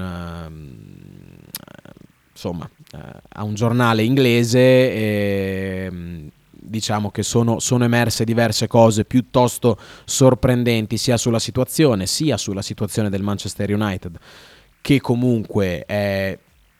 S2: um, insomma uh, a un giornale inglese, e um, diciamo che sono, sono emerse diverse cose piuttosto sorprendenti, sia sulla situazione sia sulla situazione del Manchester United, che comunque è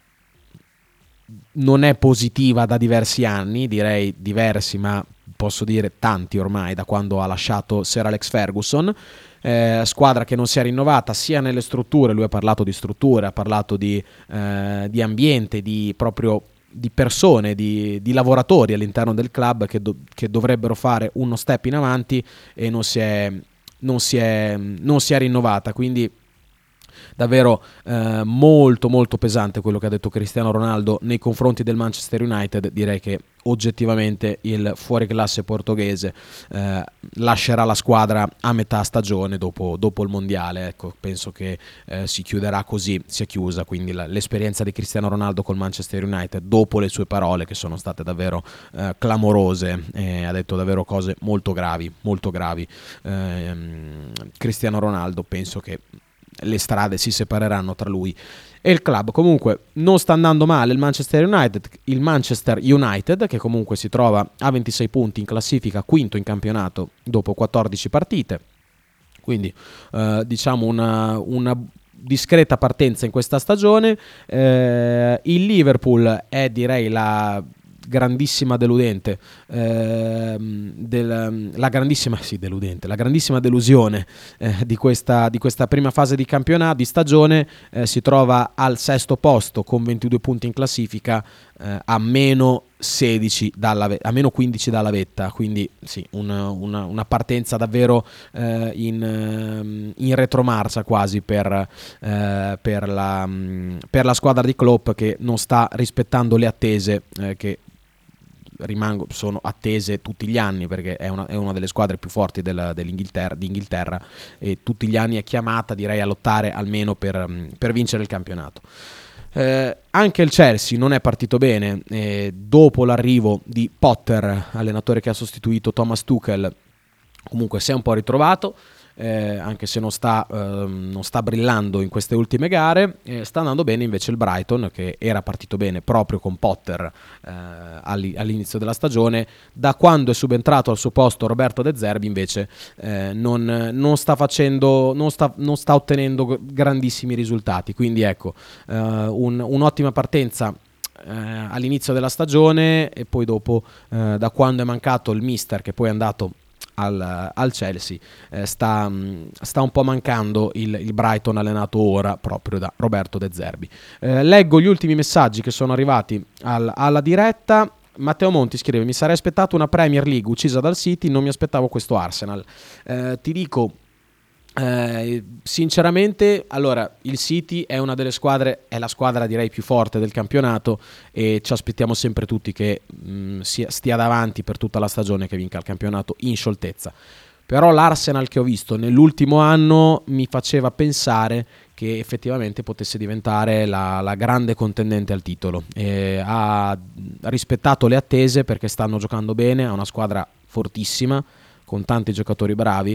S2: non è positiva da diversi anni, direi diversi, ma posso dire tanti ormai, da quando ha lasciato Sir Alex Ferguson. Eh, squadra che non si è rinnovata sia nelle strutture, lui ha parlato di strutture, ha parlato di, eh, di ambiente, di proprio di persone, di, di lavoratori all'interno del club che, do, che dovrebbero fare uno step in avanti, e non si è, non si è, non si è rinnovata. Quindi davvero eh, molto molto pesante quello che ha detto Cristiano Ronaldo nei confronti del Manchester United. Direi che oggettivamente il fuoriclasse portoghese eh, lascerà la squadra a metà stagione dopo, dopo il mondiale. Ecco, penso che eh, si chiuderà così, si è chiusa quindi la, l'esperienza di Cristiano Ronaldo col Manchester United, dopo le sue parole che sono state davvero eh, clamorose. Eh, ha detto davvero cose molto gravi, molto gravi. Eh, Cristiano Ronaldo, penso che le strade si separeranno tra lui e il club. Comunque non sta andando male il Manchester United, il Manchester United che comunque si trova a ventisei punti in classifica, quinto in campionato dopo quattordici partite. Quindi eh, diciamo una, una discreta partenza in questa stagione. Eh, il Liverpool è, direi, la grandissima deludente eh, del, la grandissima sì deludente la grandissima delusione eh, di questa di questa prima fase di campionato di stagione. Eh, si trova al sesto posto con ventidue punti in classifica, eh, a meno sedici dalla ve- a meno quindici dalla vetta, quindi sì, una, una, una partenza davvero eh, in, in retromarcia quasi per, eh, per, la, per la squadra di Klopp, che non sta rispettando le attese eh, che rimango, sono attese tutti gli anni, perché è una, è una delle squadre più forti del, dell'Inghilterra, d'Inghilterra, e tutti gli anni è chiamata, direi, a lottare almeno per, per vincere il campionato. Eh, anche il Chelsea non è partito bene eh, dopo l'arrivo di Potter, allenatore che ha sostituito Thomas Tuchel. Comunque si è un po' ritrovato, eh, anche se non sta, eh, non sta brillando in queste ultime gare. Eh, sta andando bene invece il Brighton, che era partito bene proprio con Potter eh, all'inizio della stagione. Da quando è subentrato al suo posto Roberto De Zerbi invece eh, non, non sta facendo non sta, non sta ottenendo grandissimi risultati, quindi ecco, eh, un, un'ottima partenza eh, all'inizio della stagione, e poi dopo eh, da quando è mancato il mister, che poi è andato Al, al Chelsea, eh, sta, sta un po' mancando il, il Brighton allenato ora proprio da Roberto De Zerbi. Eh, leggo gli ultimi messaggi che sono arrivati al, alla diretta. Matteo Monti scrive: mi sarei aspettato una Premier League uccisa dal City, non mi aspettavo questo Arsenal. Eh, ti dico Eh, sinceramente, allora, il City è una delle squadre, è la squadra direi più forte del campionato, e ci aspettiamo sempre tutti che mh, sia, stia davanti per tutta la stagione, che vinca il campionato in scioltezza. Però l'Arsenal che ho visto nell'ultimo anno mi faceva pensare che effettivamente potesse diventare la, la grande contendente al titolo. E ha rispettato le attese, perché stanno giocando bene, ha una squadra fortissima con tanti giocatori bravi,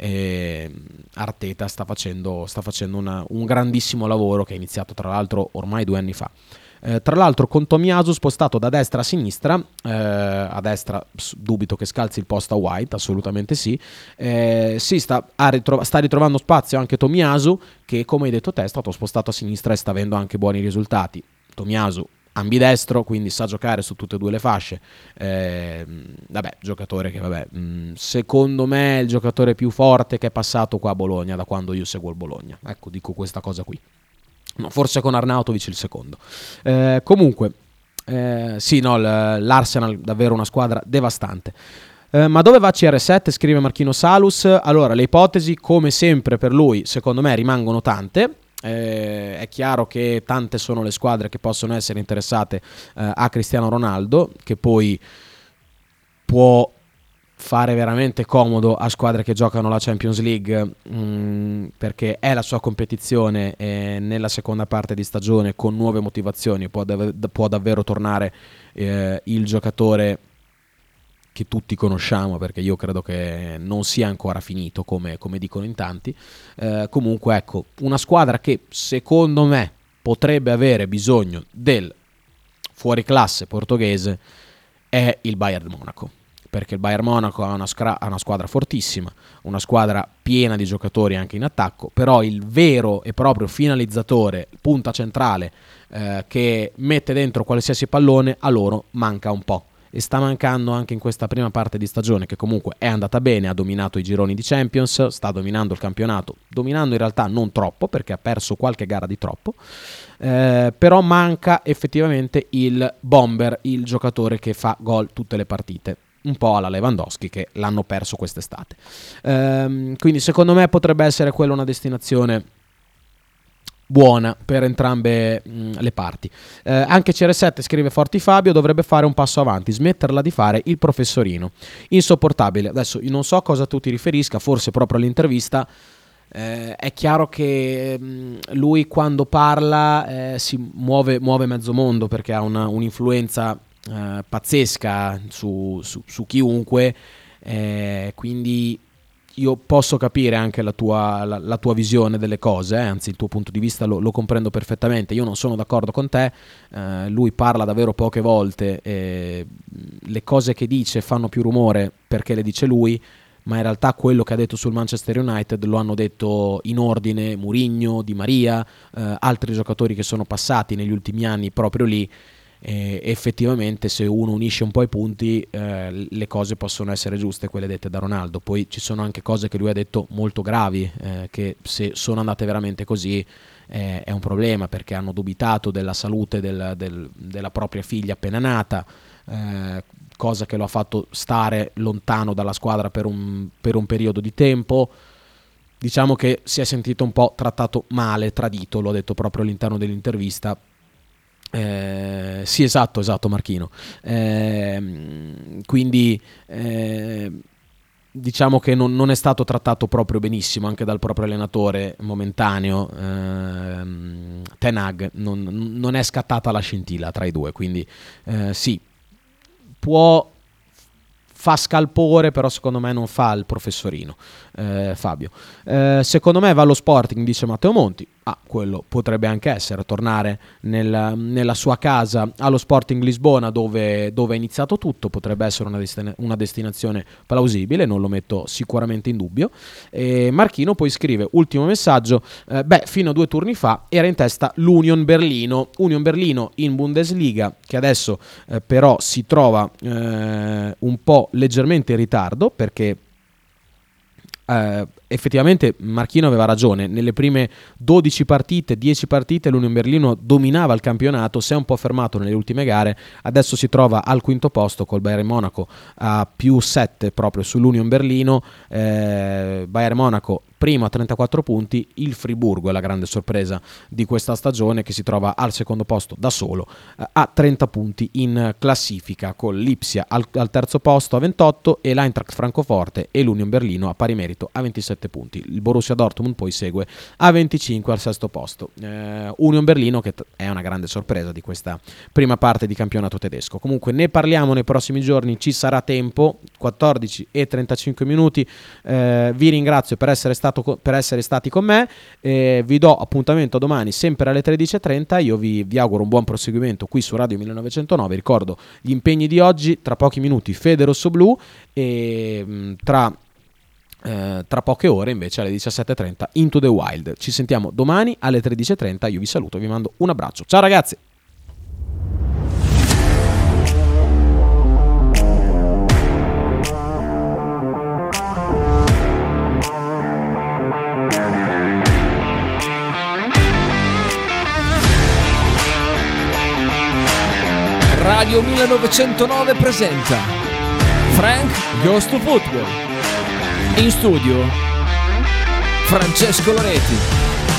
S2: e Arteta sta facendo, sta facendo una, un grandissimo lavoro, che è iniziato tra l'altro ormai due anni fa. Eh, tra l'altro con Tomiyasu spostato da destra a sinistra, eh, a destra dubito che scalzi il posto a White, assolutamente sì, eh, sì sta, a ritro- sta ritrovando spazio anche Tomiyasu, che come hai detto te è stato spostato a sinistra e sta avendo anche buoni risultati. Tomiyasu ambidestro, quindi sa giocare su tutte e due le fasce. Eh, vabbè, giocatore che vabbè, mh, secondo me è il giocatore più forte che è passato qua a Bologna da quando io seguo il Bologna. Ecco, dico questa cosa qui. No, forse con Arnautovic il secondo. Eh, comunque, eh, sì, no, l'Arsenal davvero una squadra devastante. Eh, ma dove va C R sette? Scrive Marchino Salus. Allora, le ipotesi, come sempre per lui, secondo me rimangono tante. Eh, è chiaro che tante sono le squadre che possono essere interessate eh, a Cristiano Ronaldo, che poi può fare veramente comodo a squadre che giocano la Champions League, mh, perché è la sua competizione, e nella seconda parte di stagione con nuove motivazioni può, dav- può davvero tornare eh, il giocatore che tutti conosciamo, perché io credo che non sia ancora finito come, come dicono in tanti. Eh, comunque ecco, una squadra che secondo me potrebbe avere bisogno del fuoriclasse portoghese è il Bayern Monaco, perché il Bayern Monaco ha una, scra- ha una squadra fortissima, una squadra piena di giocatori anche in attacco, però il vero e proprio finalizzatore, punta centrale, eh, che mette dentro qualsiasi pallone, a loro manca un po'. E sta mancando anche in questa prima parte di stagione, che comunque è andata bene, ha dominato i gironi di Champions, sta dominando il campionato, dominando in realtà non troppo, perché ha perso qualche gara di troppo, eh, però manca effettivamente il bomber, il giocatore che fa gol tutte le partite, un po' alla Lewandowski, che l'hanno perso quest'estate. Ehm, quindi secondo me potrebbe essere quella una destinazione buona per entrambe mh, le parti. Eh, anche C R sette scrive: Forti Fabio dovrebbe fare un passo avanti, smetterla di fare il professorino, insopportabile. Adesso io non so a cosa tu ti riferisca, forse proprio all'intervista. Eh, è chiaro che mh, lui quando parla eh, si muove, muove mezzo mondo, perché ha una, un'influenza eh, pazzesca su, su, su chiunque, eh, quindi io posso capire anche la tua, la, la tua visione delle cose, eh? Anzi il tuo punto di vista lo, lo comprendo perfettamente. Io non sono d'accordo con te, eh, lui parla davvero poche volte, eh, le cose che dice fanno più rumore perché le dice lui, ma in realtà quello che ha detto sul Manchester United lo hanno detto in ordine Mourinho, Di Maria, eh, altri giocatori che sono passati negli ultimi anni proprio lì. E effettivamente se uno unisce un po' i punti, eh, le cose possono essere giuste, quelle dette da Ronaldo. Poi ci sono anche cose che lui ha detto molto gravi, eh, che se sono andate veramente così eh, è un problema, perché hanno dubitato della salute del, del, della propria figlia appena nata, eh, cosa che lo ha fatto stare lontano dalla squadra per un, per un periodo di tempo. Diciamo che si è sentito un po' trattato male, tradito, lo ha detto proprio all'interno dell'intervista. Eh, sì, esatto, esatto Marchino. Eh, quindi eh, diciamo che non, non è stato trattato proprio benissimo anche dal proprio allenatore momentaneo. Eh, Ten Hag non, non è scattata la scintilla tra i due, quindi eh, sì, può fa scalpore, però secondo me non fa il professorino. eh, Fabio, eh, secondo me va allo Sporting, dice Matteo Monti. Ah, quello potrebbe anche essere, tornare nel, nella sua casa allo Sporting Lisbona, dove, dove è iniziato tutto. Potrebbe essere una, destina- una destinazione plausibile, non lo metto sicuramente in dubbio. E Marchino poi scrive, ultimo messaggio, eh, beh, fino a due turni fa era in testa l'Union Berlino, Union Berlino in Bundesliga, che adesso eh, però si trova eh, un po' leggermente in ritardo, perché Uh, effettivamente Marchino aveva ragione. Nelle prime dodici partite, dieci partite, l'Union Berlino dominava il campionato, si è un po' fermato nelle ultime gare, adesso si trova al quinto posto col Bayern Monaco a più sette proprio sull'Union Berlino. eh, Bayern Monaco primo a trentaquattro punti, il Friburgo è la grande sorpresa di questa stagione, che si trova al secondo posto da solo eh, a trenta punti in classifica, con l'Ipsia al, al terzo posto a ventotto e l'Eintracht Francoforte e l'Union Berlino a pari merito a ventisette punti. Il Borussia Dortmund poi segue a venticinque al sesto posto. eh, Union Berlino che t- è una grande sorpresa di questa prima parte di campionato tedesco. Comunque ne parliamo nei prossimi giorni, ci sarà tempo. Quattordici e trentacinque minuti. eh, vi ringrazio per essere stato per essere stati con me. eh, vi do appuntamento domani sempre alle tredici e trenta. Io vi, vi auguro un buon proseguimento qui su Radio millenovecentonove. Ricordo gli impegni di oggi: tra pochi minuti Fede Rossoblu e mh, tra Eh, tra poche ore invece alle diciassette e trenta Into the Wild. Ci sentiamo domani alle tredici e trenta. Io vi saluto, vi mando un abbraccio, ciao ragazzi.
S1: Radio millenovecentonove presenta Frank Goes to Football. In studio Francesco Loreti.